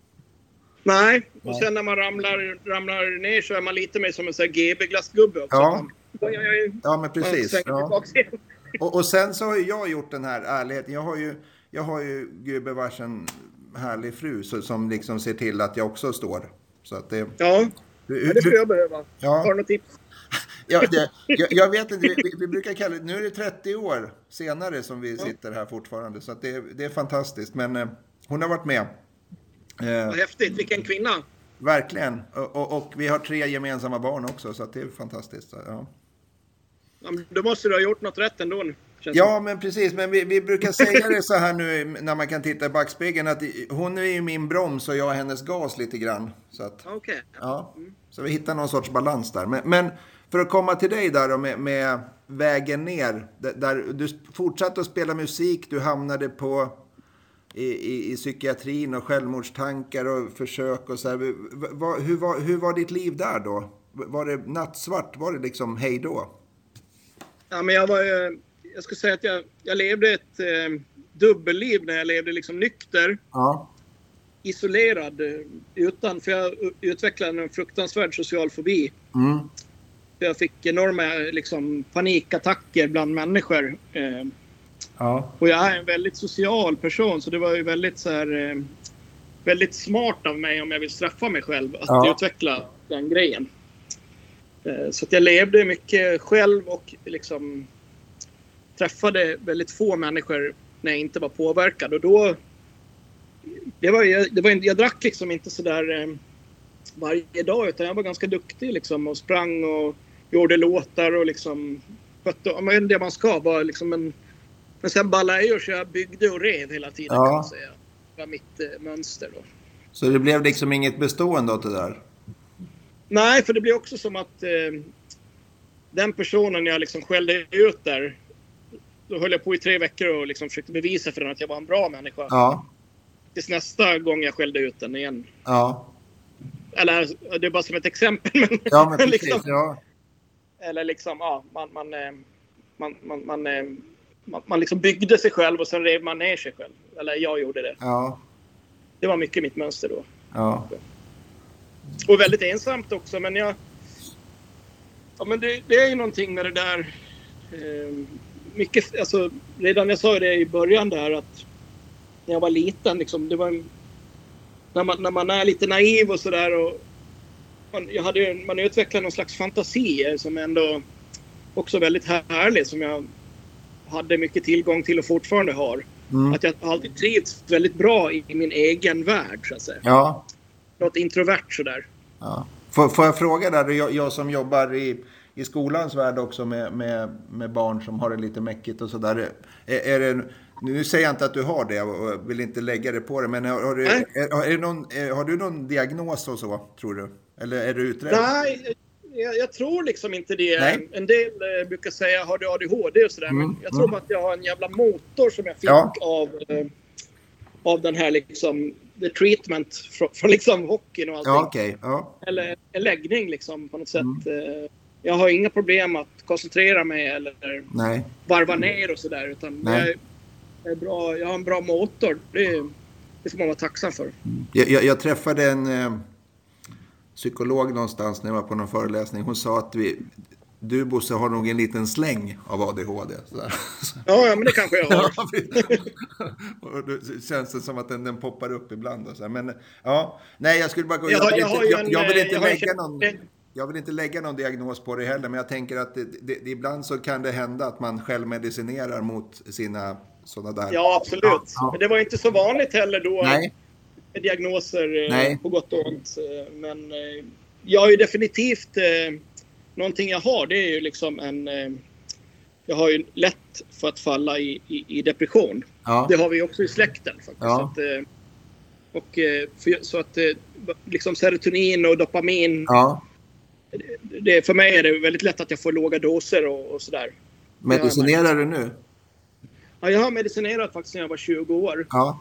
Nej, och sen när man ramlar, ramlar ner så är man lite mer som en sån här G B-glassgubbe också. Ja, man, jag, jag, ja men precis. Ja. Och, och sen så har ju jag gjort den här ärligheten. Jag har ju, jag har ju gubevars en härlig fru så, som liksom ser till att jag också står. Så att det, ja, hur, det skulle jag behöva. Ja. Har du något tips? Ja, det, jag, jag vet inte, vi, vi brukar kalla det, nu är det trettio år senare som vi ja. sitter här fortfarande. Så att det, det är fantastiskt, men eh, hon har varit med. Eh, Vad häftigt, vilken kvinna. Verkligen, och, och, och vi har tre gemensamma barn också, så att det är fantastiskt. Ja. Ja, då måste du ha gjort något rätt ändå. Ja, men precis. Men vi, vi brukar säga det så här nu när man kan titta i backspegeln, att hon är ju min broms och jag är hennes gas lite grann. Så att, okay. Ja, så vi hittar någon sorts balans där. Men, men för att komma till dig där då med, med vägen ner, där, där du fortsatte att spela musik, du hamnade på i, i, i psykiatrin och självmordstankar och försök och så här. Va, hur, var, hur var ditt liv där då? Var det nattsvart? Var det liksom hej då? Ja, men jag var jag skulle säga att jag, jag levde ett eh, dubbelliv när jag levde liksom nykter. Ja. Isolerad utan, för jag utvecklade en fruktansvärd social fobi. Mm. Jag fick enorma liksom, panikattacker bland människor. Eh, ja. Och jag är en väldigt social person, så det var ju väldigt så här, eh, väldigt smart av mig om jag vill straffa mig själv att ja. utveckla den grejen. Eh, så att jag levde mycket själv och liksom träffade väldigt få människor när jag inte var påverkad. Och då det var, det var, jag drack liksom inte så där eh, varje dag, utan jag var ganska duktig liksom, och sprang och gjorde låtar och liksom men det man ska vara liksom en, men sen ballade så jag byggde och rev hela tiden ja. kan man säga. Det var mitt eh, mönster då. Så det blev liksom inget bestående av det där? Nej, för det blev också som att eh, den personen jag liksom skällde ut där, då höll jag på i tre veckor och liksom försökte bevisa för den att jag var en bra människa. Ja. Tills nästa gång jag skällde ut den igen. Ja. Eller det är bara som ett exempel. Men, ja, men precis, liksom, ja. Eller liksom, ja, man, man, man, man, man, man, man liksom byggde sig själv och sen rev man ner sig själv. Eller jag gjorde det. Ja. Det var mycket mitt mönster då. Ja. Och väldigt ensamt också, men jag... Ja, men det, det är ju någonting med det där... Eh, mycket, alltså, redan jag sa det i början där att när jag var liten, liksom, det var en, när, man, när man är lite naiv och sådär, och man, jag hade, man utvecklade någon slags fantasi som ändå också väldigt härlig, som jag hade mycket tillgång till och fortfarande har. Mm. Att jag alltid trivts väldigt bra i min egen värld, så att säga. Ja. Något introvert sådär. Ja. Får, får jag fråga där, jag, jag som jobbar i, i skolans värld också med, med, med barn som har det lite mäckigt och sådär. Är, är det, nu säger jag inte att du har det och vill inte lägga det på det, men har, har, du, är, är det någon, är, har du någon diagnos och så, tror du? Eller är du utredd? Nej, jag, jag tror liksom inte det. Nej. En del eh, brukar säga, har du A D H D och sådär. Mm. Men jag tror mm. bara att jag har en jävla motor som jag fick ja. av, eh, av den här liksom, the treatment från, från liksom hockeyn och allting. Ja, okay. ja. Eller en läggning liksom på något sätt. Mm. Jag har inga problem att koncentrera mig eller Nej. varva ner och sådär. Utan jag, är bra, jag har en bra motor. Det, det får man vara tacksam för. Mm. Jag, jag, jag träffade en eh, psykolog någonstans när jag var på någon föreläsning. Hon sa att vi, du Bosse har nog en liten släng av A D H D. Ja, ja, men det kanske jag har. Och det känns det som att den, den poppar upp ibland. Och så här. Men ja, nej jag skulle bara gå... Jag, jag, jag, jag, jag, en, jag vill inte jag lägga en, någon... Jag vill inte lägga någon diagnos på det heller, men jag tänker att det, det, det, ibland så kan det hända att man själv medicinerar mot sina sådana där... Ja, absolut. Ja, ja. Men det var inte så vanligt heller då. Nej. Med diagnoser Nej. på gott och ont. Men jag har ju definitivt... Någonting jag har, det är ju liksom en... Jag har ju lätt för att falla i, i, i depression. Ja. Det har vi också i släkten faktiskt. Ja. Så att, och för, så att liksom serotonin och dopamin... Ja. Det, för mig är det väldigt lätt att jag får låga doser och, och sådär. Medicinerar du nu? Ja, jag har medicinerat faktiskt när jag var tjugo år. Ja.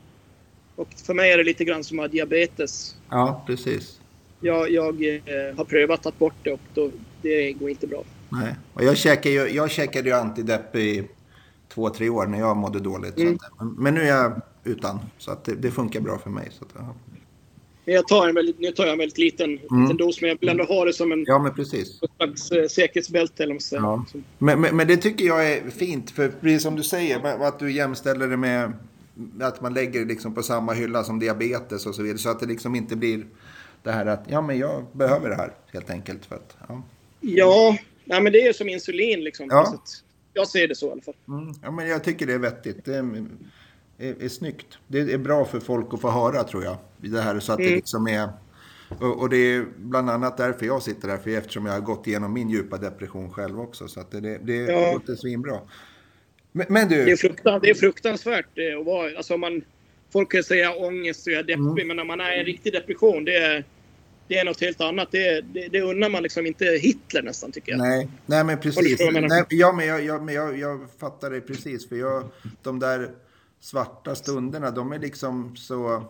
Och för mig är det lite grann som att diabetes. Ja, precis. Jag, jag eh, har prövat att bort det och då, det går inte bra. Nej, och jag käkade ju, jag käkade ju antidepp i två, tre år när jag mådde dåligt. Mm. Så att, men nu är jag utan, så att det, det funkar bra för mig. Så att, ja. Jag tar en väldigt, nu tar jag en väldigt liten, mm. liten dos, men jag vill ändå ha det som en ja, men precis. slags uh, säkerhetsbälte. Eller så. Ja. Men, men, men det tycker jag är fint, för precis som du säger, att du jämställer det med att man lägger liksom på samma hylla som diabetes och så vidare, så att det liksom inte blir det här att ja, men jag behöver det här helt enkelt. För att, ja, ja nej, men det är som insulin liksom. Ja. Jag ser det så i alla fall. Mm. Ja, men jag tycker det är vettigt. Det är, är, är snyggt. Det är bra för folk att få höra, tror jag. Det här, så att mm. det liksom är... Och, och det är bland annat därför jag sitter där. För eftersom jag har gått igenom min djupa depression själv också. Så att det, det, det ja. låter svinbra. Men, men du... Det är, fruktan, det är fruktansvärt att vara... Alltså man, folk kan säga ångest och jag är deppig. Mm. Men när man är i en riktig depression, det är... Det är något helt annat. Det, det, det undrar man liksom inte Hitler nästan, tycker jag. Nej, nej men precis. Nej, ja, men jag, jag, men jag, jag fattar det precis. För jag, de där svarta stunderna, de är liksom så...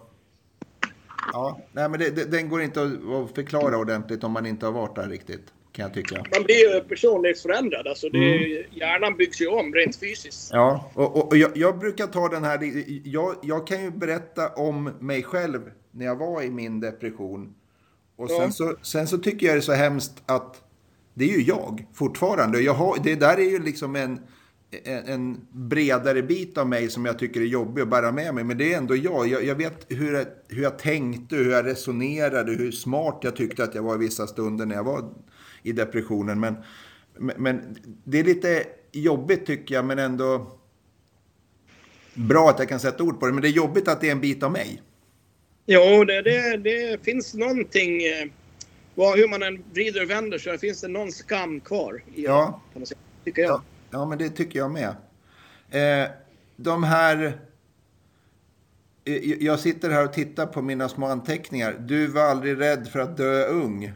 Ja, nej, men det, det, den går inte att, att förklara ordentligt om man inte har varit där riktigt, kan jag tycka. Man blir ju personligt förändrad. Alltså det, mm. Hjärnan byggs ju om rent fysiskt. Ja, och, och, och jag, jag brukar ta den här... Jag, jag kan ju berätta om mig själv när jag var i min depression. Och sen, ja. så, sen så tycker jag det är så hemskt att det är ju jag fortfarande. Jag har, det där är ju liksom en, en, en bredare bit av mig som jag tycker är jobbig att bära med mig. Men det är ändå jag. Jag, jag vet hur jag, hur jag tänkte, hur jag resonerade, hur smart jag tyckte att jag var i vissa stunder när jag var i depressionen. Men, men, men det är lite jobbigt tycker jag, men ändå bra att jag kan sätta ord på det. Men det är jobbigt att det är en bit av mig. Ja, det, det, det finns någonting, eh, hur man än vrider och vänder så finns det någon skam kvar i ja. det, tycker jag. Ja, ja, men det tycker jag med. Eh, de här, eh, jag sitter här och tittar på mina små anteckningar. Du var aldrig rädd för att dö ung.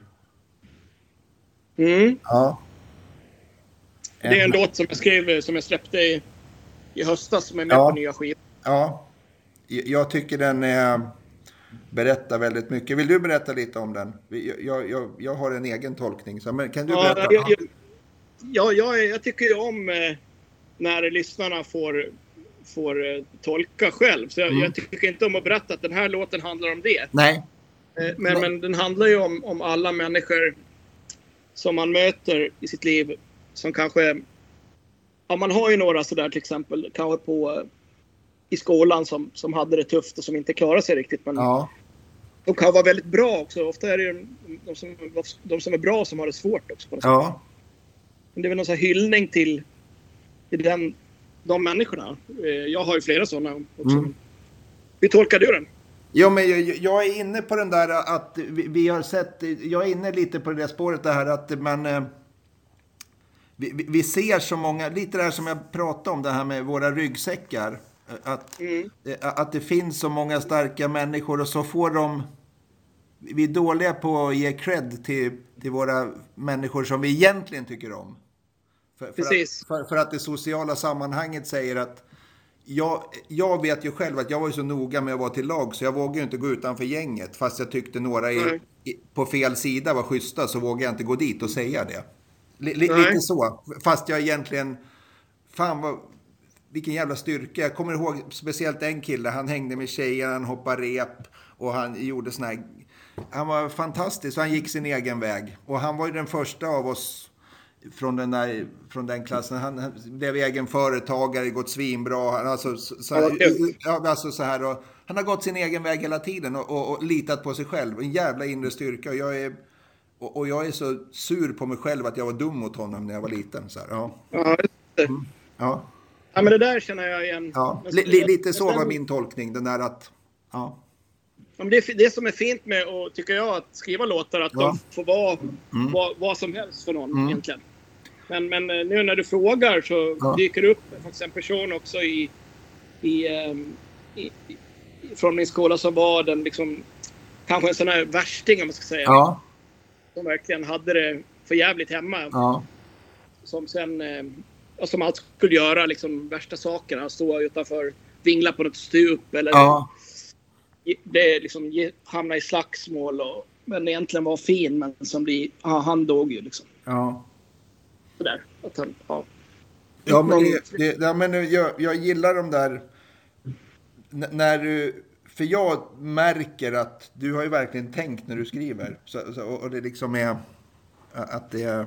Mm. Ja. Det är en låt som jag skrev, som jag släppte i, i höstas som är med ja. på nya skivor. Ja, jag tycker den är... berättar väldigt mycket. Vill du berätta lite om den? Jag, jag, jag har en egen tolkning. Så, men kan du ja, berätta? Jag, jag, ja, jag, jag tycker ju om eh, när lyssnarna får, får eh, tolka själv. Så jag, mm. jag tycker inte om att berätta att den här låten handlar om det. Nej. Eh, men, Nej. men den handlar ju om, om alla människor som man möter i sitt liv. Som kanske... Ja, man har ju några sådär till exempel. Kanske på... i skolan som, som hade det tufft och som inte klarade sig riktigt. Men ja. de kan vara väldigt bra också. Ofta är det ju de som, de som är bra som har det svårt också. På något ja. sätt. Men det är väl någon sån här hyllning till, till den, de människorna. Jag har ju flera sådana också. Mm. Hur tolkar du den? Ja, men jag, jag är inne på den där att vi, vi har sett... Jag är inne lite på det där spåret det här att man... vi, vi ser så många, lite det här som jag pratade om, det här med våra ryggsäckar. Att, mm. att det finns så många starka människor och så får de... Vi är dåliga på att ge cred till, till våra människor som vi egentligen tycker om. För, för, Precis. Att, för, för att det sociala sammanhanget säger att jag, jag vet ju själv att jag var ju så noga med att vara till lag så jag vågade ju inte gå utanför gänget. Fast jag tyckte några i, i, på fel sida var schyssta så vågade jag inte gå dit och säga det. L- lite så. Fast jag egentligen... Fan vad... Vilken jävla styrka. Jag kommer ihåg speciellt en kille. Han hängde med tjejen, han hoppade rep och han gjorde såna här... Han var fantastisk och han gick sin egen väg. Och han var ju den första av oss från den, där, från den klassen. Han, han blev egen företagare, gått svinbra. Han, alltså, så, så, ja, alltså, så här, och, han har gått sin egen väg hela tiden och, och, och litat på sig själv. En jävla inre styrka. Och jag, är, och, och jag är så sur på mig själv att jag var dum mot honom när jag var liten. Så här, ja. Ja, det. Mm, ja. Ja, men det där känner jag igen. Ja, l- l- lite så var min tolkning. Den där att... Ja. Ja, men det, det som är fint med, och tycker jag, att skriva låtar, att ja. de får vara mm. vad, vad som helst för någon mm. egentligen. Men, men nu när du frågar så ja. dyker det upp faktiskt en person också i, i, um, i, i från min skola som var den liksom, kanske en sån här värsting om man ska säga. Ja. Som verkligen hade det för jävligt hemma. Ja. Som sen, och som allt skulle göra liksom värsta sakerna. Stå utanför, vingla på något stup eller ja. det liksom hamna i slagsmål och, men egentligen var fin, men som blir, ja, han dog ju liksom. Ja. Sådär. Att han, ja. Ja, men, det, det, ja, men jag, jag gillar de där n- när du, för jag märker att du har ju verkligen tänkt när du skriver så, så, och det liksom är att det är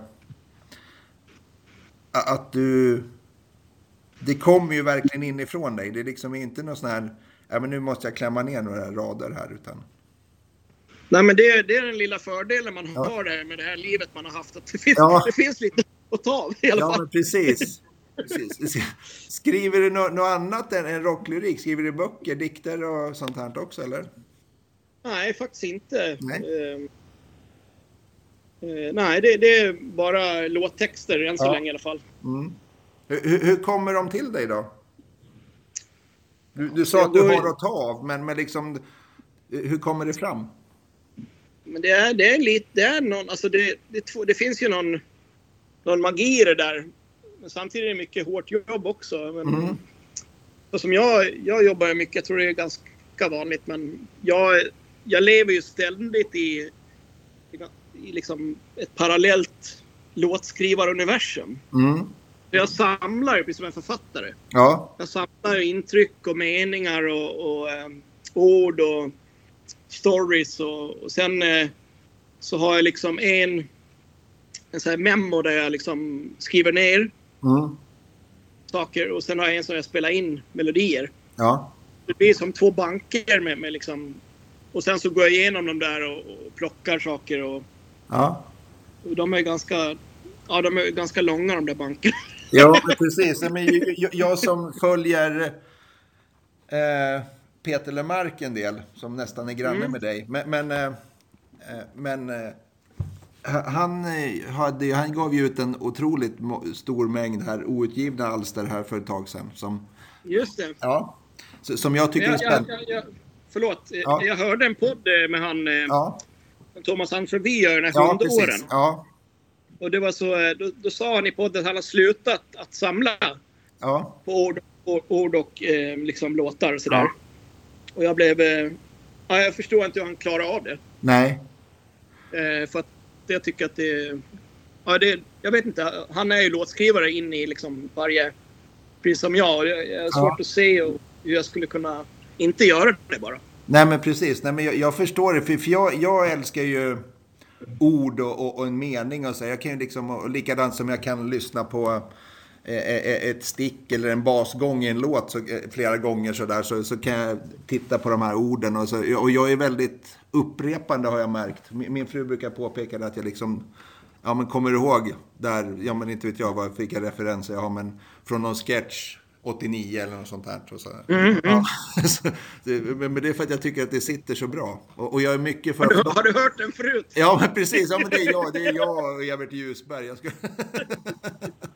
att du det kommer ju verkligen inifrån dig. Det är liksom inte någon sån här, ja men nu måste jag klämma ner några rader här utan. Nej, men det, det är den lilla fördelen man ja. har där med det här livet man har haft, att det finns, ja. det finns lite att ta av i alla ja, fall. Ja, men precis. precis. Skriver du något, något annat än en rocklyrik? Skriver du böcker, dikter och sånt här också, eller? Nej, faktiskt inte. Nej, uh, uh, nej det, det är bara låttexter än så ja. länge i alla fall. Mm. Hur, hur kommer de till dig då? Du, du sa att du har att ta av, men, men liksom, hur kommer det fram? Men det är, det är lite, det är någon, alltså det, det, det finns ju någon, någon magi i det där. Men samtidigt är det mycket hårt jobb också. Men, mm. så som jag, jag jobbar mycket, jag tror det är ganska vanligt, men jag, jag lever ju ständigt i, i, i liksom ett parallellt låtskrivaruniversum. Mm. Jag samlar precis som en författare. Ja. Jag samlar intryck och meningar och, och um, ord och stories och, och sen eh, så har jag liksom en en sån här memo där jag liksom skriver ner mm. saker, och sen har jag en som jag spelar in melodier. Ja. Det blir som två banker med, med liksom, och sen så går jag igenom dem där och, och plockar saker och, ja. och de är ganska ja, de är ganska långa de där bankerna. Ja, precis. Men jag, jag som följer eh, Peter Lemark en del, som nästan är granne mm. med dig. Men, men, eh, men eh, han, hade, han gav ju ut en otroligt stor mängd här outgivna alster här för ett tag sedan. Som, just det. Ja, som jag tycker jag, är spännande. Jag, jag, jag, förlåt, ja. jag hörde en podd med han ja. Thomas Anfreby gör den här ja, hundåren. Ja. Och det var så, då, då sa han i podden att han har slutat att samla ja. på ord, ord, ord och eh, liksom låtar och sådär. Ja. Och jag blev, eh, ja, jag förstår inte hur han klarar av det. Nej. Eh, för att jag tycker att det, ja det, jag vet inte, han är ju låtskrivare in i liksom varje, precis som jag. Jag är svårt ja. att se och hur jag skulle kunna inte göra det bara. Nej men precis, nej men jag, jag förstår det, för, för jag, jag älskar ju ord och, och, och en mening och så. Jag kan ju liksom, och likadant som jag kan lyssna på eh, ett stick eller en basgång i en låt så, eh, flera gånger så där, så, så kan jag titta på de här orden och så, och jag är väldigt upprepande har jag märkt. Min, min fru brukar påpeka att jag liksom, ja men kommer du ihåg där, ja men inte vet jag vad, vilka referenser jag har, men från någon sketch åttionio eller något sånt här. Och så. Mm, ja. Men det är för att jag tycker att det sitter så bra. Och, och jag är mycket för... Har du, har du hört den förut? Ja, men precis. Ja, men det är jag. Det är jag och Evert Ljusberg. Jag ska...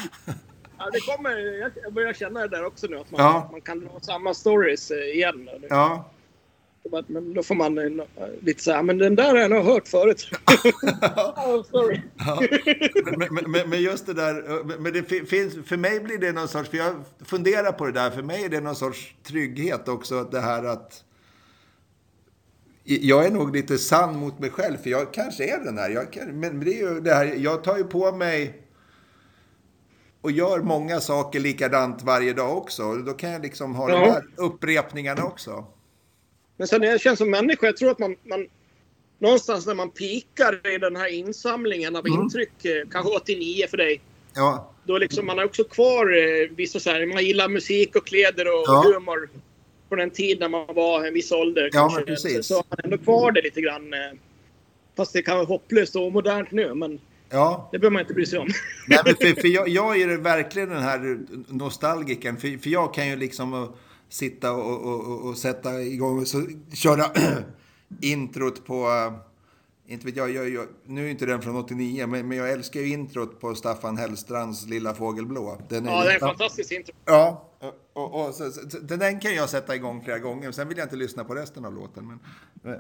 Ja, det kommer, jag börjar känna det där också nu. Att man, ja. man kan dra samma stories igen. Ja. Men då får man lite så här, men den där har jag nog hört förut. Oh, sorry. Ja. Men, men, men just det där, men det finns, för mig blir det någon sorts, för jag funderar på det där, för mig är det någon sorts trygghet också, det här att jag är nog lite sann mot mig själv, för jag kanske är den här, jag kan, men det är ju det här, jag tar ju på mig och gör många saker likadant varje dag också, och då kan jag liksom ha ja. de här upprepningarna också. Men sen jag känns som människa, jag tror att man, man någonstans när man pikar i den här insamlingen av mm. intryck, kanske åttionio för dig. Ja. Då liksom man har också kvar vissa så här, man gillar musik och kläder och ja. humor på den tid när man var en viss ålder. Ja, men precis. Så har man ändå kvar det lite grann. Fast det kan vara hopplöst och modernt nu, men ja. det behöver man inte bry sig om. Nej, men för, för jag, jag är verkligen den här nostalgiken. För, för jag kan ju liksom sitta och, och, och, och sätta igång och så, köra introt på, inte vet jag, jag, jag, nu är inte den från åttionio, men, men jag älskar ju introt på Staffan Hellstrands Lilla Fågelblå. Den är, ja, det är en fantastisk intro. Ja, och, och, och så, så, den kan jag sätta igång flera gånger, sen vill jag inte lyssna på resten av låten. Men, men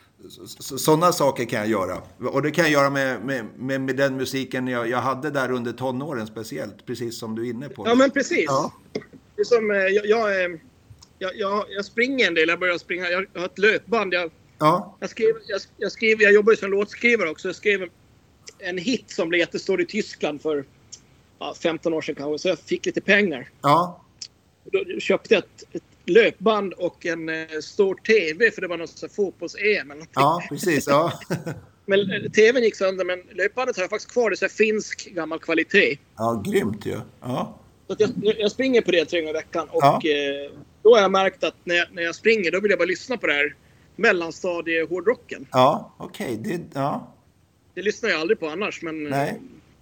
sådana saker kan jag göra. Och det kan jag göra med, med, med, med den musiken jag, jag hade där under tonåren speciellt, precis som du är inne på. Ja, men precis. Ja. Det är som, jag, jag, jag, jag, jag springer en del, jag börjar springa, jag har ett löpband. Jag, ja. jag, skrev, jag, jag, skrev, jag jobbar ju som låtskrivare också. Jag skrev en hit som blev jättestor i Tyskland för ja, femton år sedan kanske, så jag fick lite pengar. Ja. Då köpte jag ett, ett löpband och en eh, stor tv, för det var något så fotbolls-E M eller någonting. Ja, precis. Ja. Men eh, tvn gick sönder, men löpbandet har jag faktiskt kvar. Det är så här finsk gammal kvalitet. Ja, grymt ju. Ja. Ja. Så att jag, jag springer på det tre gånger i veckan. Och ja. eh, då har jag märkt att när jag, när jag springer, då vill jag bara lyssna på det här mellanstadie-hårdrocken. Ja, okej. Okay. Det, ja. det lyssnar jag aldrig på annars, men nej.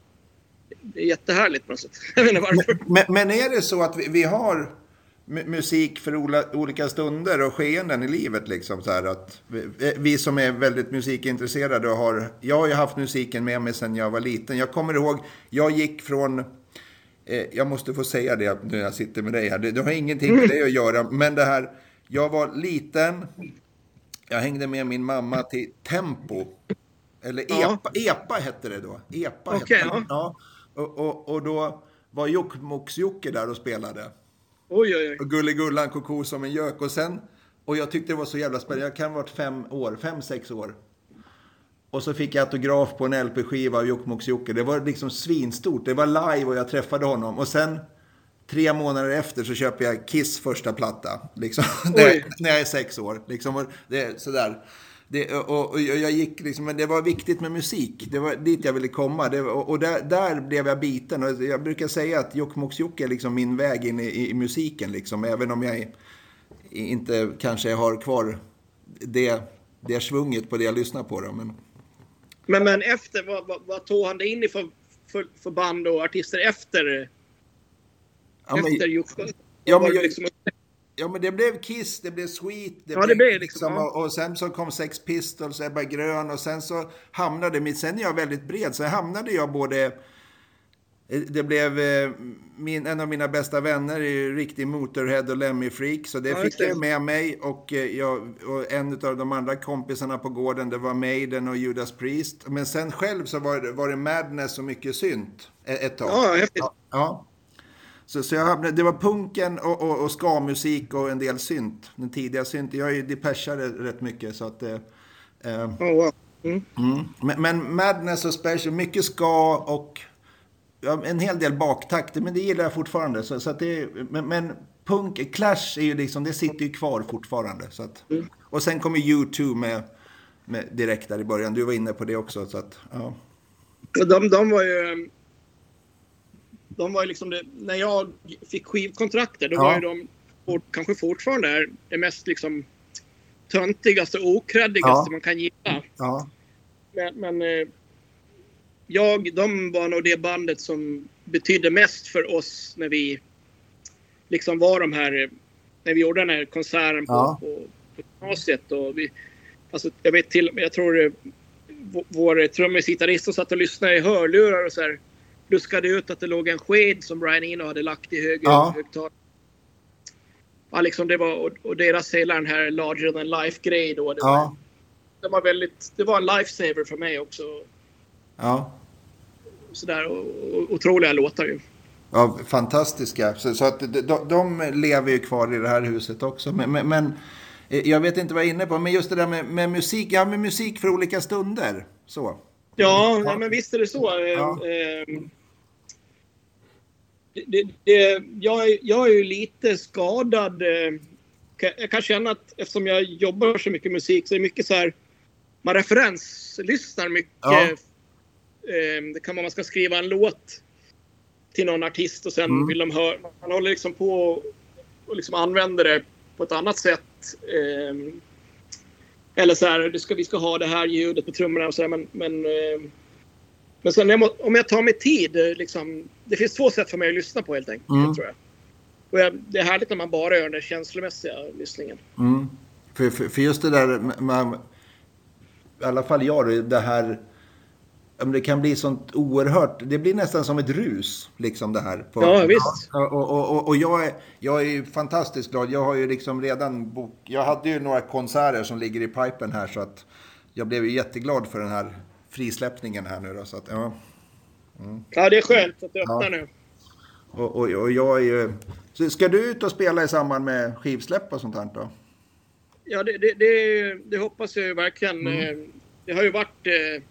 Det är jättehärligt på något sätt. Jag vet inte varför. Men, men är det så att vi, vi har musik för ola, olika stunder och skeenden i livet liksom, så här att vi, vi som är väldigt musikintresserade och har, jag har ju haft musiken med mig sedan jag var liten. Jag kommer ihåg, jag gick från eh, jag måste få säga det när jag sitter med dig här, det, det har ingenting med det att göra, men det här, jag var liten, jag hängde med min mamma till Tempo eller ja. Epa, Epa hette det då, Epa okay, hette det. Ja. Ja. Och, och, och då var Jokkmokks-Jokke där och spelade. Oj, oj, oj. Och Gulligullan koko som en gök. Och sen, och jag tyckte det var så jävla spännande. Jag kan ha varit fem år, fem, sex år. Och så fick jag autograf på en L P-skiva av Jokkmokks-Jokke. Det var liksom svinstort. Det var live och jag träffade honom. Och sen, tre månader efter så köper jag Kiss första platta. Liksom, när, när jag är sex år. Liksom, det, sådär. Det, och, och jag gick liksom, men det var viktigt med musik. Det var dit jag ville komma. Det, och och där, där blev jag biten. Och jag brukar säga att Jokkmokks-Jokke är liksom min väg in i, i musiken. Liksom, även om jag inte kanske har kvar det, det svunget på det jag lyssnar på. Då, men... Men, men efter, vad, vad, vad tog han det in i för, för, för band och artister efter, ja, men, efter Jokkmokks? Ja, men jag... Liksom... Ja, men det blev Kiss, det blev Sweet, det ja, blev det blev liksom, liksom ja. och, och sen så kom Sex Pistols, Ebba Grön och sen så hamnade mitt, sen är jag väldigt bred, så hamnade jag både, det blev min, en av mina bästa vänner är riktig Motorhead och Lemmy Freak, så det ja, fick jag med mig och, jag, och en av de andra kompisarna på gården, det var Maiden och Judas Priest, men sen själv så var det, var det Madness och mycket synt ett tag. Ja, häftigt. Ja, ja. Så, så jag, det var punken och, och, och ska-musik och en del synt. Den tidiga synt. Jag är ju depeschare rätt mycket. Så att, eh, oh, wow. mm. Mm. Men, men Madness och Special, mycket ska och ja, en hel del baktakter. Men det gillar jag fortfarande. Så, så att det, men, men punk, Clash är ju liksom, det sitter ju kvar fortfarande. Så att, mm. Och sen kommer U två med, med direkt där i början. Du var inne på det också. Så att, ja. de, de var ju... De var ju liksom det, när jag fick skivkontrakter, då ja. var ju de och kanske fortfarande är det mest liksom töntigaste och okreddigaste ja. man kan gilla. Ja. Men, men eh, jag, de var nog det bandet som betydde mest för oss när vi liksom var de här, när vi gjorde den här konserten på, ja. på, på gymnasiet. Och vi, alltså, jag vet till, jag tror vår trummisgitarrist som satt och lyssnade i hörlurar och så här. luskade ut att det låg en sked som Brian Eno hade lagt i höger Ja. högtalare. Ja, liksom det var, och, och deras hela den här larger than life-grej då. Det, Ja. var, det var väldigt, det var en lifesaver för mig också. Ja. Sådär, och, och, otroliga låtar ju. Ja, fantastiska. Så, så att de, de, de lever ju kvar i det här huset också. Men, men, men jag vet inte vad jag är inne på. Men just det där med, med musik. Ja, med musik för olika stunder. Så. Ja, ja, men visst är det så. Ja. Eh, det, det, det, jag, är- jag är ju lite skadad. Eh, jag kan känna att eftersom jag jobbar så mycket musik så är det mycket så här. Man referenslyssnar mycket. Ja. Eh, det kan vara man ska skriva en låt till någon artist och sen Mm. vill de höra. Man håller liksom på och liksom använder det på ett annat sätt. Eh, eller så här, det ska, vi ska ha det här ljudet på trummorna och så här, men, men, eh, men sen jag må, om jag tar mig tid, eh, liksom, det finns två sätt för mig att lyssna på helt enkelt, Mm. tror jag. Och jag, det är härligt när man bara gör den känslomässiga lyssningen. Mm. För, för, för just det där, man, i alla fall jag, det här, om det kan bli sånt oerhört, det blir nästan som ett rus, liksom det här. På, Ja, visst. Ja, och, och, och, och jag, är, jag är ju fantastiskt glad, jag har ju liksom redan bok, jag hade ju några konserter som ligger i pipen här, så att jag blev ju jätteglad för den här frisläppningen här nu då, så att, ja. Ja, det är skönt att det öppnar Ja. nu. Och, och, och jag är ju, så ska du ut och spela i samband med skivsläpp och sånt här då? Ja, det, det, det, det hoppas jag ju verkligen. Mm. Eh, Det har ju varit eh,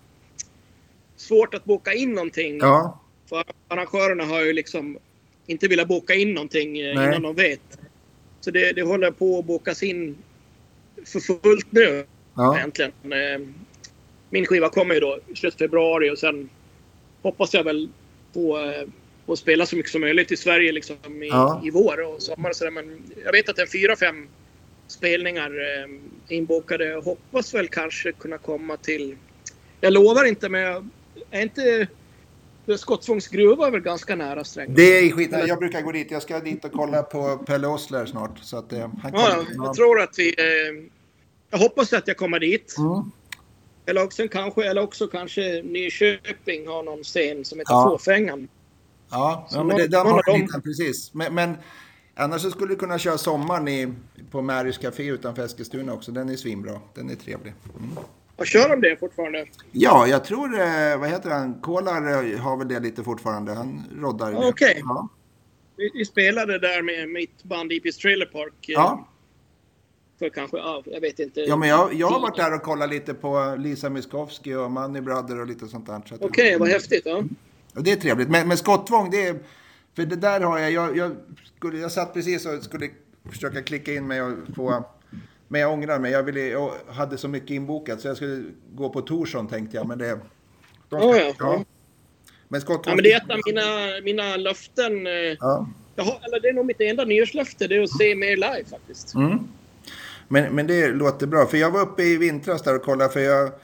svårt att boka in någonting. Ja. För arrangörerna har ju liksom inte velat boka in någonting eh, Nej. innan de vet. Så det, det håller på att bokas in för fullt nu. Ja. Egentligen. Eh, Min skiva kommer ju då i slutet av februari och sen hoppas jag väl på, eh, på att spela så mycket som möjligt i Sverige liksom i, Ja. i vår och sommar och sådär. Men jag vet att det är fyra, fem spelningar eh, inbokade. Jag hoppas väl kanske kunna komma till... Jag lovar inte, men jag är inte... Skottsvångs gruva är väl ganska nära Strängnäs. Det är skit. Jag brukar gå dit. Jag ska dit och kolla på Pelle Osler snart. Så att, eh, han Ja, kommer. jag tror att vi... Eh, jag hoppas att jag kommer dit. Mm. Eller också kanske, eller också kanske Nyköping har någon scen som heter Ja. Fåfängan. Ja, Så ja men det, någon- den någon har av dem- hittat precis. Men, men annars så skulle du kunna köra sommaren i, på Marys Café utanför Eskilstuna också. Den är svinbra. Den är trevlig. Mm. Och kör de det fortfarande? Ja, jag tror, eh, vad heter han? Kolar eh, har väl det lite fortfarande. Han roddar ju det. Okej. Ja. Vi, vi spelade där med mitt band E P's Trailer Park. eh, Ja. För kanske, ja, jag vet inte. Ja, men jag, jag har varit där och kollat lite på Lisa Miskovsky och Manny Brother och lite sånt där. Så att- Okej, vad häftigt. Ja. Och det är trevligt. Men, men skottvång, det är... För det där har jag... Jag, jag, skulle, jag satt precis och skulle försöka klicka in mig och få... Men jag ångrar mig. Jag, ville, jag hade så mycket inbokat så jag skulle gå på Torsson tänkte jag. Men det... De ska, Oh, ja, ja. Men skottvång... Ja, men det är ett av mina, mina löften. eh, Ja. Jag har, eller det är nog mitt enda nyårslöfte. Det är att se mer live faktiskt. Mm. Men, men det låter bra. För jag var uppe i vintras där och kollade. För jag...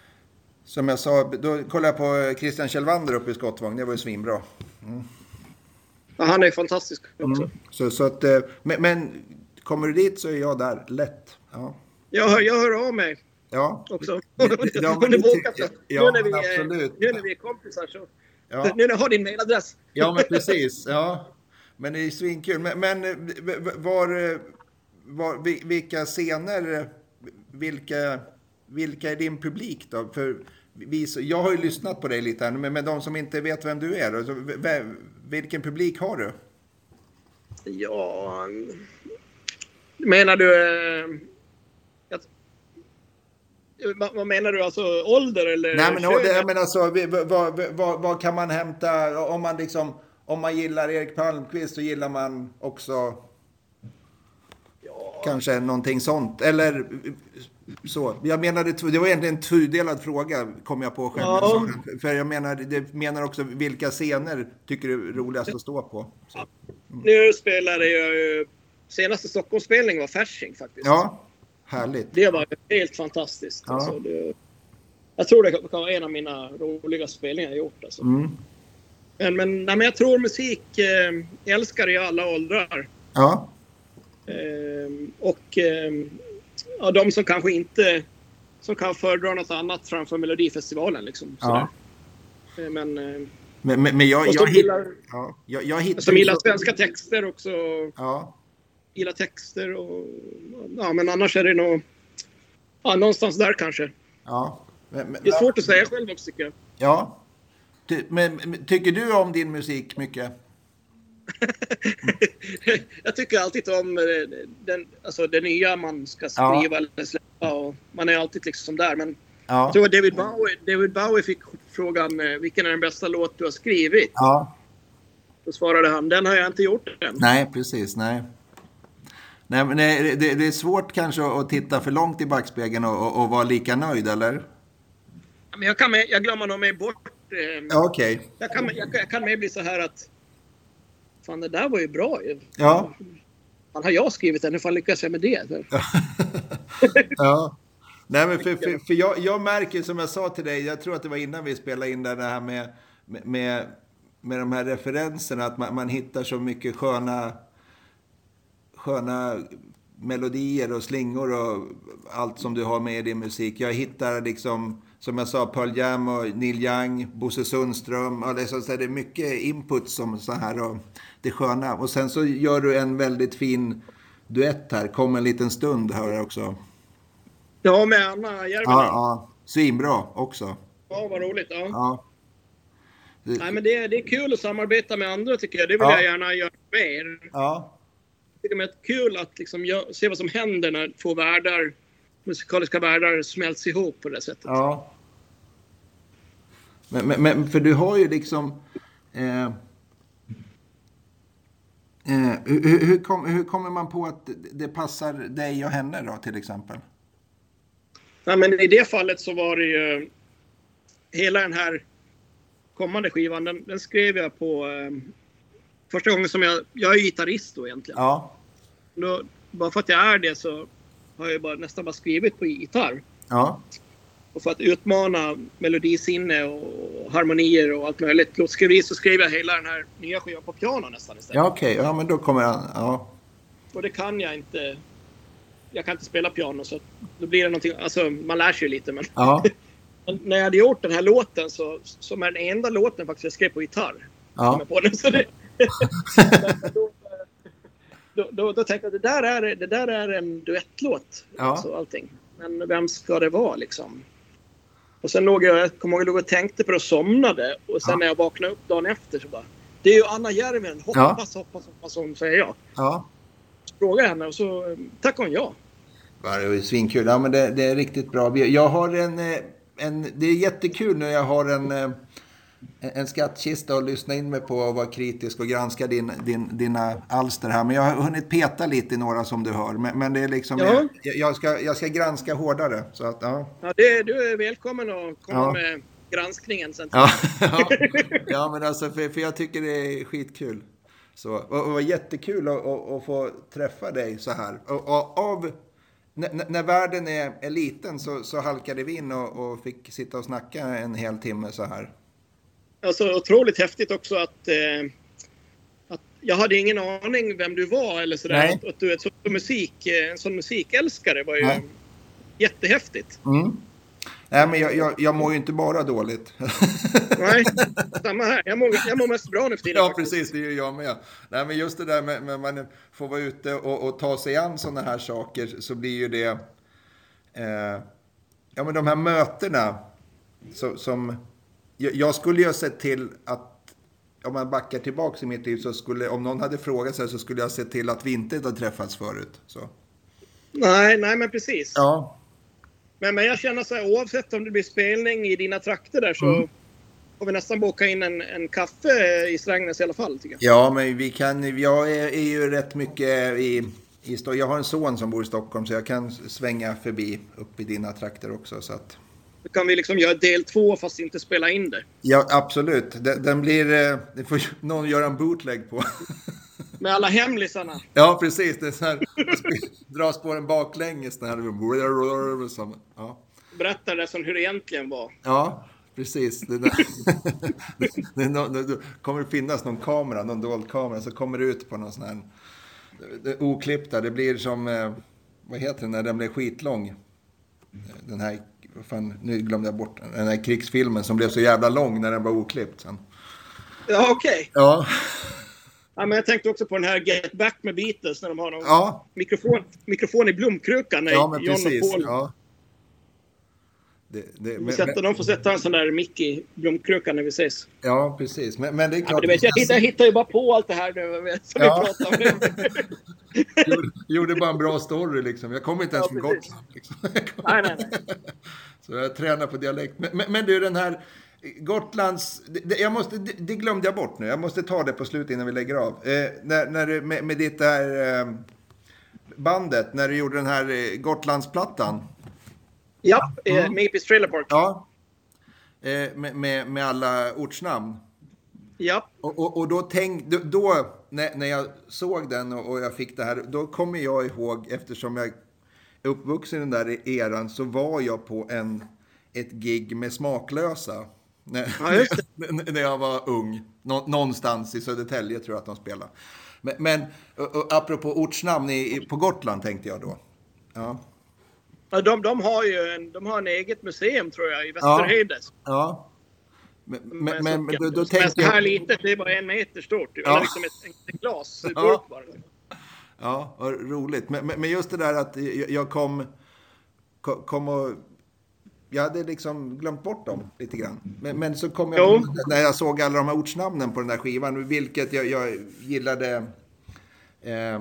Som jag sa, då kollade jag på Christian Kjellvander uppe i skottvång. Det var ju svinbra. Ja, han är fantastisk också. Mm. Så, så att, eh, men, men kommer du dit så är jag där. Lätt. Ja. Jag, hör, jag hör av mig Ja. också. Ja, men Under det bokat, tycker så. jag. Ja, nu, när vi, men är- absolut. nu när vi är kompisar så... Ja. Nu när jag har din mailadress. Ja, men precis. Ja. Men det är svinkul. Men, men eh, v- v- var, eh, var, vi- vilka scener, eh, vilka, vilka är din publik då? För vi, jag har ju lyssnat på dig lite här, men med de som inte vet vem du är, då, så, v- v- vilken publik har du? Ja... Menar du... Eh, att, vad, vad menar du? Alltså ålder eller... Nej, men, kön? det, men alltså, vi- vad, vad, vad, vad kan man hämta om man liksom, om man gillar Erik Palmqvist så gillar man också Ja, kanske någonting sånt. Eller så. Jag menade, det var egentligen en tudelad fråga kom jag på själv. Ja. För jag menar, det menar också vilka scener tycker du är roligast att stå på? Så. nu spelade jag ju... Senaste Stockholmsspelning var Fasching faktiskt. Ja, härligt. Det var helt fantastiskt. Ja. Alltså, det, jag tror det kan vara en av mina roliga spelningar jag gjort. Alltså. Mm. Men, men, nej, men jag tror musik eh, älskar i alla åldrar. Ja, Eh, och eh, ja, de som kanske inte som kan föredra något annat framför Melodifestivalen. Liksom, ja. sådär. Eh, men, eh, Men, Men, men, men jag, jag, jag, gillar, ja, jag, jag hittar... Som gillar svenska texter också. Ja. Gillar texter och... Ja, men annars är det nog... Ja, någonstans där kanske. Ja. Men, men, det är svårt att säga själv också, tycker jag. Ja. Ty, men, men tycker du om din musik mycket? Jag tycker alltid om den, alltså det nya man ska skriva ja. eller släppa. Och man är alltid liksom där. Men ja. jag tror att David Bowie, David Bowie fick frågan vilken är den bästa låt du har skrivit? Ja. Då svarade han, den har jag inte gjort än. Nej, precis. Nej. Nej, men det, det, det är svårt kanske att titta för långt i backspegeln och, och, och vara lika nöjd, eller? Men jag, kan med, jag glömmer nog mig bort. Eh, ja, okej. Okay. Jag kan, jag, jag kan med bli så här att fan, det där var ju bra. Ja. Fan, har jag skrivit den? Hur fan lyckas jag med det? Ja. Nej, men för, för, för jag, jag märker, som jag sa till dig, jag tror att det var innan vi spelade in där, det här med, med, med de här referenserna, att man, man hittar så mycket sköna sköna melodier och slingor och allt som du har med i din musik. Jag hittar liksom, som jag sa, Pearl Jam och Neil Young, Bosse Sundström, och det är, så, det är mycket input som så här, och det är sköna. Och sen så gör du en väldigt fin duett här, Kom en liten stund, hör jag också. Ja, med Anna Järvinen. Ja, ja. Svinbra också. Ja, vad roligt. Ja. Ja. Det... Nej, men det är, det är kul att samarbeta med andra, tycker jag. Det vill ja. jag gärna göra mer. Ja. Jag tycker det är kul att liksom jag, se vad som händer när två världar, musikaliska världar smälts ihop på det sättet. Ja. Men, men, men för du har ju liksom... Eh, eh, hur, hur, kom, hur kommer man på att det passar dig och henne då, till exempel? Ja, men i det fallet så var det ju... Hela den här kommande skivan, den, den skrev jag på... Eh, första gången som jag... Jag är gitarrist då egentligen. Ja. Då, bara för att jag är det så har jag bara, nästan bara skrivit på gitarr. Ja. Och för att utmana melodisinne och harmonier och allt möjligt låtskriveri, så skrev jag hela den här nya skivan på piano nästan istället. Ja, okej. Okay. Ja, men då kommer han... Ja. Och det kan jag inte... Jag kan inte spela piano, så då blir det någonting... Alltså, man lär sig lite, men... Ja. När jag hade gjort den här låten, så, som är den enda låten faktiskt jag skrev på gitarr. Ja. På den, så det... då, då, då, då tänkte jag att det där är, det där är en duettlåt. Ja. Alltså, allting. Men vem ska det vara liksom? Och sen låg jag, jag kommer ihåg, jag låg och tänkte på det och somnade. Och sen ja. när jag vaknade upp dagen efter så bara... Det är ju Anna Järvinen. Hoppas, ja. hoppas, hoppas hon säger ja. Ja. Så frågade henne och så tackade hon ja. Det är svinkul. Ja, men det, det är riktigt bra. Jag har en, en... Det är jättekul när jag har en... en skattkista att lyssna in mig på och vara kritisk och granska din, din, dina alster här. Men jag har hunnit peta lite i några som du hör. Men, men det är liksom... Ja. Jag, jag, ska, jag ska granska hårdare. Så att, ja. Ja, det, du är välkommen att komma ja. med granskningen sen. Ja, ja. ja, men alltså för, för jag tycker det är skitkul. Så, och, och var jättekul att, att, att få träffa dig så här. Och, och av... N- när världen är, är liten så, så halkade vi in och, och fick sitta och snacka en hel timme så här. Alltså otroligt häftigt också att, eh, att jag hade ingen aning vem du var eller sådär. Att, att du är ett sån musik, en sån musikälskare var ju Nej. jättehäftigt. Mm. Nej, men jag, jag, jag mår ju inte bara dåligt. Nej, samma här. Jag mår, jag mår mest bra nu för tiden. Ja, precis. Det gör jag med. Nej, men just det där med, med man får vara ute och, och ta sig an sådana här saker, så blir ju det... Eh, ja, men de här mötena så, som... Jag, jag skulle ju ha sett till att... Om man backar tillbaka i mitt liv så skulle... Om någon hade frågat sig så skulle jag se till att vi inte hade träffats förut. Så. Nej, nej, men precis. Ja. Men, men jag känner så här, oavsett om det blir spelning i dina trakter där så mm. får vi nästan boka in en, en kaffe i Strängnäs i alla fall, tycker jag. Ja, men vi kan, jag är, är ju rätt mycket i, i Stockholm. Jag har en son som bor i Stockholm så jag kan svänga förbi upp i dina trakter också. Så att... Då kan vi liksom göra del två fast inte spela in det. Ja, absolut. Den, den blir, det får någon göra en bootleg på. Med alla hemlisarna. Ja, precis. Det är så här, dras på den baklänges. Det här. Ja. Berättar det som hur det egentligen var. Ja, precis. Det, där. det, det, det, det kommer det finnas någon kamera, någon dold kamera, så kommer det ut på någon sån här det, oklippta. Det blir som, vad heter det när den blir skitlång? Den här, fan, nu glömde jag bort den här krigsfilmen som blev så jävla lång när den var oklippt sen. Ja, okej. Okay. Ja. Ja, men jag tänkte också på den här Get Back med Beatles när de har någon ja. mikrofon, mikrofon i blomkrukan. När Ja, men John precis. Och Paul. Ja. Det, det, men, sätta, men, de får sätta en sån där mick i blomkrukan när vi ses. Ja, precis. Men, men det är klart... Ja, du vet, jag, hittar, jag hittar ju bara på allt det här nu som ja. vi pratar om. gjorde, gjorde bara en bra story liksom. Jag kommer inte ens ja, från Gotland. Liksom. Nej, nej, nej. Så jag tränar på dialekt. Men, men, men du, den här Gotlands... Det, jag måste, det, det glömde jag bort nu. Jag måste ta det på slut innan vi lägger av. Eh, när, när du, med, med ditt där eh, bandet, när du gjorde den här eh, Gotlandsplattan. Ja, eh, mm. Mapes Trailer Park. Ja, eh, med, med, med alla ortsnamn. Ja. Och, och, och då, tänk, då, då när, när jag såg den och, och jag fick det här, då kommer jag ihåg, eftersom jag är uppvuxen i den där eran, så var jag på en, ett gig med Smaklösa. När, ja, just det. när jag var ung. Nå, någonstans i Södertälje tror jag att de spelade. Men, men och, och, apropå ortsnamn i, i, på Gotland tänkte jag då. Ja. Ja, de, de har ju en, de har en eget museum tror jag i Västerhejdes. Ja. ja. Men, men, men, men då, då men tänkte så här jag... litet, det är bara en meter stort. Ja. Eller liksom ett, ett glas. Ja. Bara. Ja, vad roligt. Men, men just det där att jag kom, kom och... Jag hade liksom glömt bort dem lite grann. Men, men så kom jag... Jo. När jag såg alla de här ortsnamnen på den där skivan, vilket jag, jag gillade... Eh,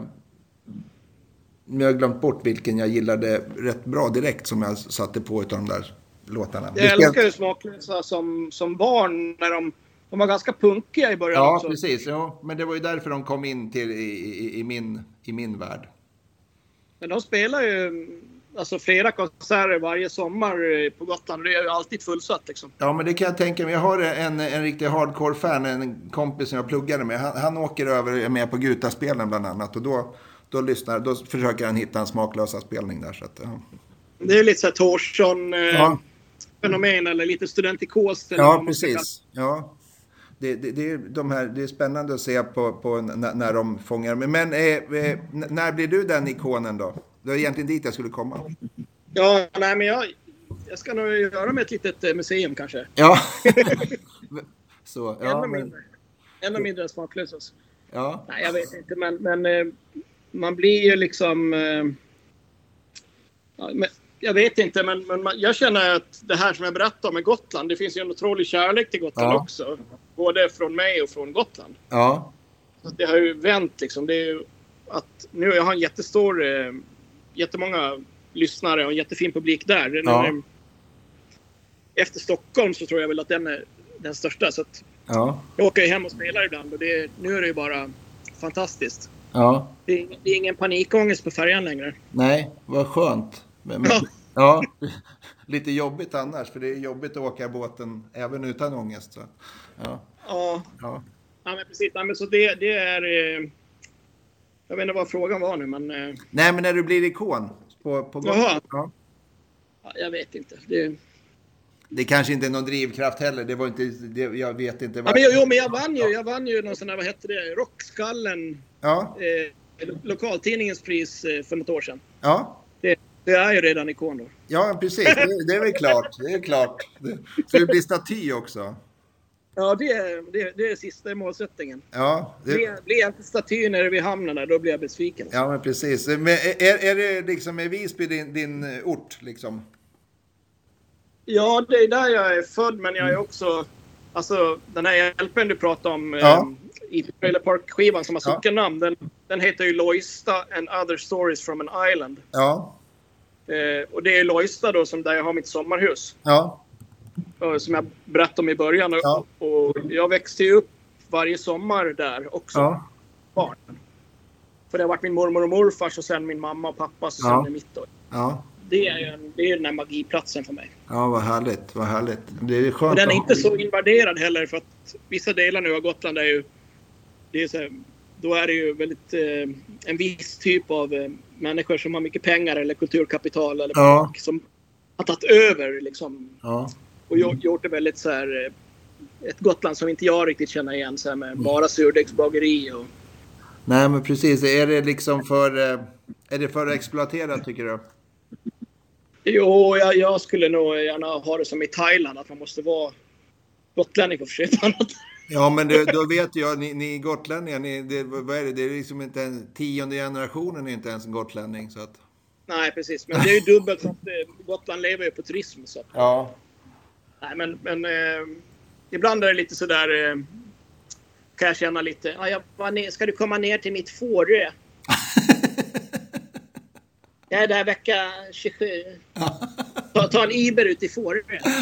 jag har glömt bort vilken jag gillade rätt bra direkt som jag satte på utav de där låtarna. Jag älskar ju Smaklösa som, som barn när de, de var ganska punkiga i början. Ja, också. precis. Ja. Men det var ju därför de kom in till, i, i, i, min, i min värld. Men de spelar ju alltså, flera konserter varje sommar på Gotland. Det är ju alltid fullsatt liksom. Ja, men det kan jag tänka mig. Jag har en, en riktig hardcore-fan, en kompis som jag pluggade med. Han, han åker över med på Gutaspelen bland annat. Och då... Då, lyssnar, då försöker han hitta en Smaklösa spelning där. Så att, ja. Det är lite så här Torsson eh, ja. fenomen eller lite studentikos. Eller ja, precis. Ja. Det, det, det, är de här, det är spännande att se på, på när, när de fångar. Men, men eh, eh, när blir du den ikonen då? Det är egentligen dit jag skulle komma. Ja, nej men jag, jag ska nog göra med ett litet museum kanske. Ja. så, ja ännu men... mindre. Ännu mindre än Smaklösa. Ja. Nej, jag vet inte, men, men eh, man blir ju liksom... Eh, ja, men, jag vet inte, men, men man, jag känner att det här som jag berättade om med Gotland, det finns ju en otrolig kärlek till Gotland ja. också. Både från mig och från Gotland. Ja. Så det har ju vänt liksom. Det är ju att nu jag har en jättestor, eh, jättemånga lyssnare och en jättefin publik där. Ja. Nu, efter Stockholm så tror jag väl att den är den största. Så att ja. jag åker hem och spelar ibland och det, nu är det ju bara fantastiskt. Ja. Det är, det är ingen panikångest på färjan längre. Nej, vad skönt. Men, men, ja. ja. Lite jobbigt annars, för det är jobbigt att åka båten även utan ångest. Så. Ja. Ja. Ja. Ja, men precis. Ja, men så det, det är... Eh, jag vet inte vad frågan var nu, men... Eh, Nej, men när du blir ikon på, på Jaha. Ja. Ja, jag vet inte. Det... Det kanske inte är någon drivkraft heller. Det var inte, det, jag vet inte. Ja, men, jo, men jag vann ju. Jag vann ju någon sån där, vad hette det? Rockskallen. Ja. Eh, lokaltidningens pris eh, för något år sedan. Ja. Det, det är ju redan ikon då. Ja, precis. Det, det är väl klart. Det är klart. Det, så det blir staty också. Ja, det är, det, det är sista målsättningen. Ja. Det... Blir, blir jag inte staty när vi hamnar där, då blir jag besviken. Ja, men precis. Men är, är det liksom, är Visby din, din ort liksom? Ja, det är där jag är född, men jag är också... Alltså, den här hjälpen du pratar om ja. eh, i Trailer Park-skivan som har sockennamn, ja. den, den heter ju Loista and Other Stories from an Island. Ja. Eh, och det är Loista då, som där jag har mitt sommarhus. Ja. Och, som jag berättade om i början. Och, ja. och jag växte ju upp varje sommar där också. Ja. Barn. För det har varit min mormor och morfars och sen min mamma och pappa och sen ja. är mitt då. Ja. Det är ju en, det är den här magiplatsen för mig. Ja, vad härligt, vad härligt. Det är skönt. Och den är att... inte så invaderad heller, för att vissa delar nu av Gotland är ju... Det är så här, då är det ju väldigt... Eh, en viss typ av eh, människor som har mycket pengar eller kulturkapital eller ja. som har tagit över liksom. Ja. Och gjort, gjort det väldigt så här... Eh, ett Gotland som inte jag riktigt känner igen, så här, med bara surdegsbageri och... Nej, men precis. Är det liksom för... Eh, är det för exploaterat, tycker du? Jo, jag, jag skulle nog gärna ha det som i Thailand, att man måste vara gotlänning för att försöka annat. Ja, men det, då vet jag, ni, ni gotlänningar, ni, det, vad är det? Det är liksom inte en tionde generationen, är inte ens en gotlänning. Så att... Nej, precis. Men det är ju dubbelt så att eh, Gotland lever ju på turism. Så att, ja. Nej, men, men eh, ibland är det lite sådär, eh, kan jag känna lite, ja, jag var ner, ska du komma ner till mitt Fårö? Jag är där vecka tjugosju. Ta, ta en Iber ut i Fårö.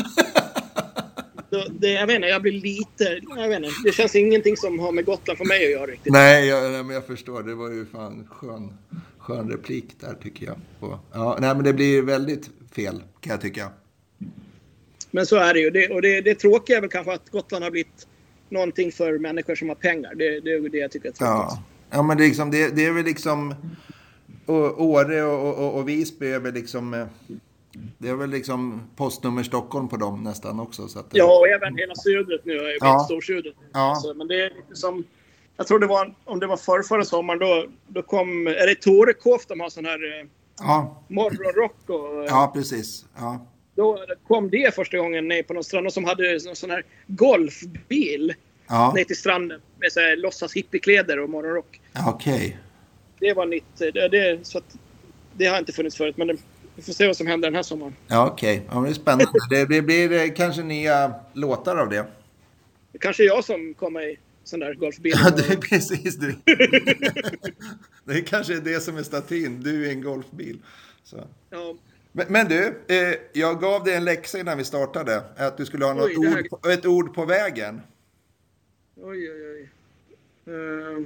Så det, jag vet inte, jag blir lite, jag vet inte, det känns ingenting som har med Gotland för mig att göra riktigt. Nej, jag, nej, men jag förstår, det var ju fan skön, skön replik där tycker jag. Och, ja, nej, men det blir väldigt fel kan jag tycka. Men så är det ju, det, och det, det tråkiga är väl kanske att Gotland har blivit någonting för människor som har pengar. Det, det är det jag tycker är tråkigt. Ja, ja men det är, liksom, det, det är väl liksom, och Åre och, och, och Visby är väl liksom... Det är väl liksom postnummer Stockholm på dem nästan också. Så att det... Ja, och även hela södret nu är ju ja. Storsödret. Ja. Alltså, men det är lite som... Jag tror det var, om det var förra, förra sommaren, då, då kom... Är det Torekov de har sån här eh, ja. morgonrock och... Ja, precis. Ja. Då kom det första gången ner på någon strand och som hade en sån här golfbil ja. ner till stranden med så här låtsas hippiekläder och morgonrock. Okej. Okay. Det var nytt. Det, det, så att, det har inte funnits förut, men det, vi får se vad som händer den här sommaren. Ja, okej. Okay. Ja, det är spännande. det, det blir kanske nya låtar av det. Det kanske är jag som kommer i sån där golfbil. Ja, det är precis du. Det är kanske det som är statyn. Du är en golfbil. Så. Ja. Men, men du, eh, jag gav dig en läxa innan vi startade. Att du skulle ha något oj, här... ord på, ett ord på vägen. Oj, oj, oj. Uh...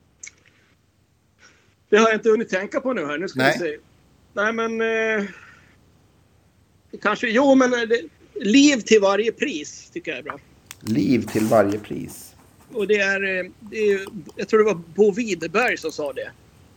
Det har jag inte hunnit tänka på nu här. Nu ska Nej. vi se. Nej, men... Eh... Kanske... Jo, men... Det... Liv till varje pris tycker jag är bra. Liv till varje pris. Och det är... Det är jag tror det var Bo Widerberg som sa det.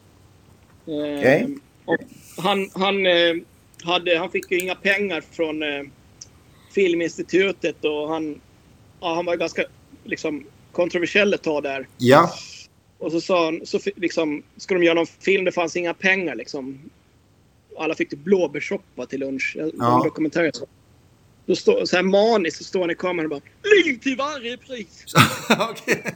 Okej. Okay. Han, han, eh, hade, han fick ju inga pengar från eh, Filminstitutet. Och han, ja, han var ganska liksom, kontroversiell ett tag där. Ja. Och så sa han, så liksom, ska de göra någon film, det fanns inga pengar liksom. Alla fick typ blåbärssoppa till lunch. Ja. Dokumentär. Då står, så här maniskt så står han i kameran och bara liv till varje pris. Okej.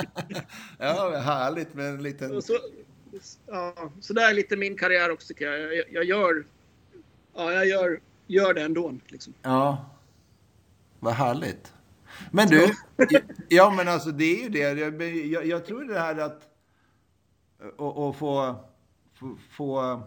Ja, härligt med en liten... Så, ja, så där är lite min karriär också tycker jag. Jag, jag gör ja, jag gör, gör det ändå liksom. Ja, vad härligt. Men du, ja, ja men alltså det är ju det. Jag, jag, jag tror det här att att få få, få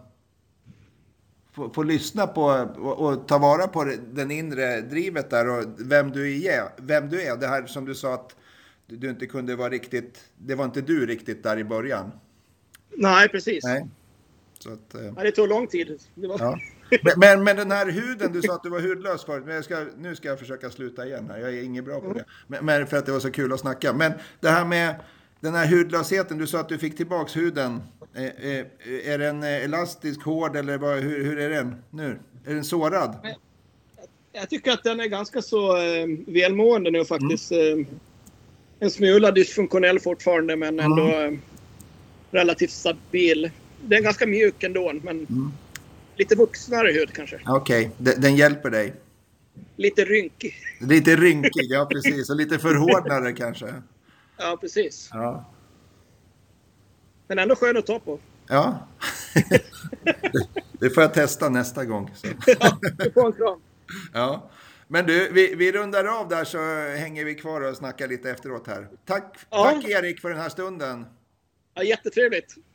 Få, få lyssna på och, och ta vara på den inre drivet där och vem du är. Vem du är. Det här som du sa att du, du inte kunde vara riktigt... Det var inte du riktigt där i början. Nej, precis. Nej. Så att, eh... ja, det tog lång tid. Det var... ja. men, men, men den här huden, du sa att du var hudlös förut. Men jag ska, nu ska jag försöka sluta igen här. Jag är inget bra på det. Men, men för att det var så kul att snacka. Men det här med den här hudlösheten. Du sa att du fick tillbaks huden. Är, är den elastisk, hård eller vad, hur, hur är den nu? Är den sårad? Jag, jag tycker att den är ganska så eh, välmående nu faktiskt. Mm. Eh, en smula dysfunktionell fortfarande men ändå mm. eh, relativt stabil. Den är ganska mjuk ändå men mm. lite vuxnare hud kanske. Okej, okay. den, den hjälper dig? Lite rynkig. Lite rynkig, ja precis. Och lite förhårdnare kanske. Ja, precis. Ja. Men ändå skön att ta på. Ja. Det får jag testa nästa gång. Så. Ja, du får en kram. Ja. Men du, vi, vi rundar av där så hänger vi kvar och snackar lite efteråt här. Tack, ja. Tack Erik för den här stunden. Ja, jättetrevligt.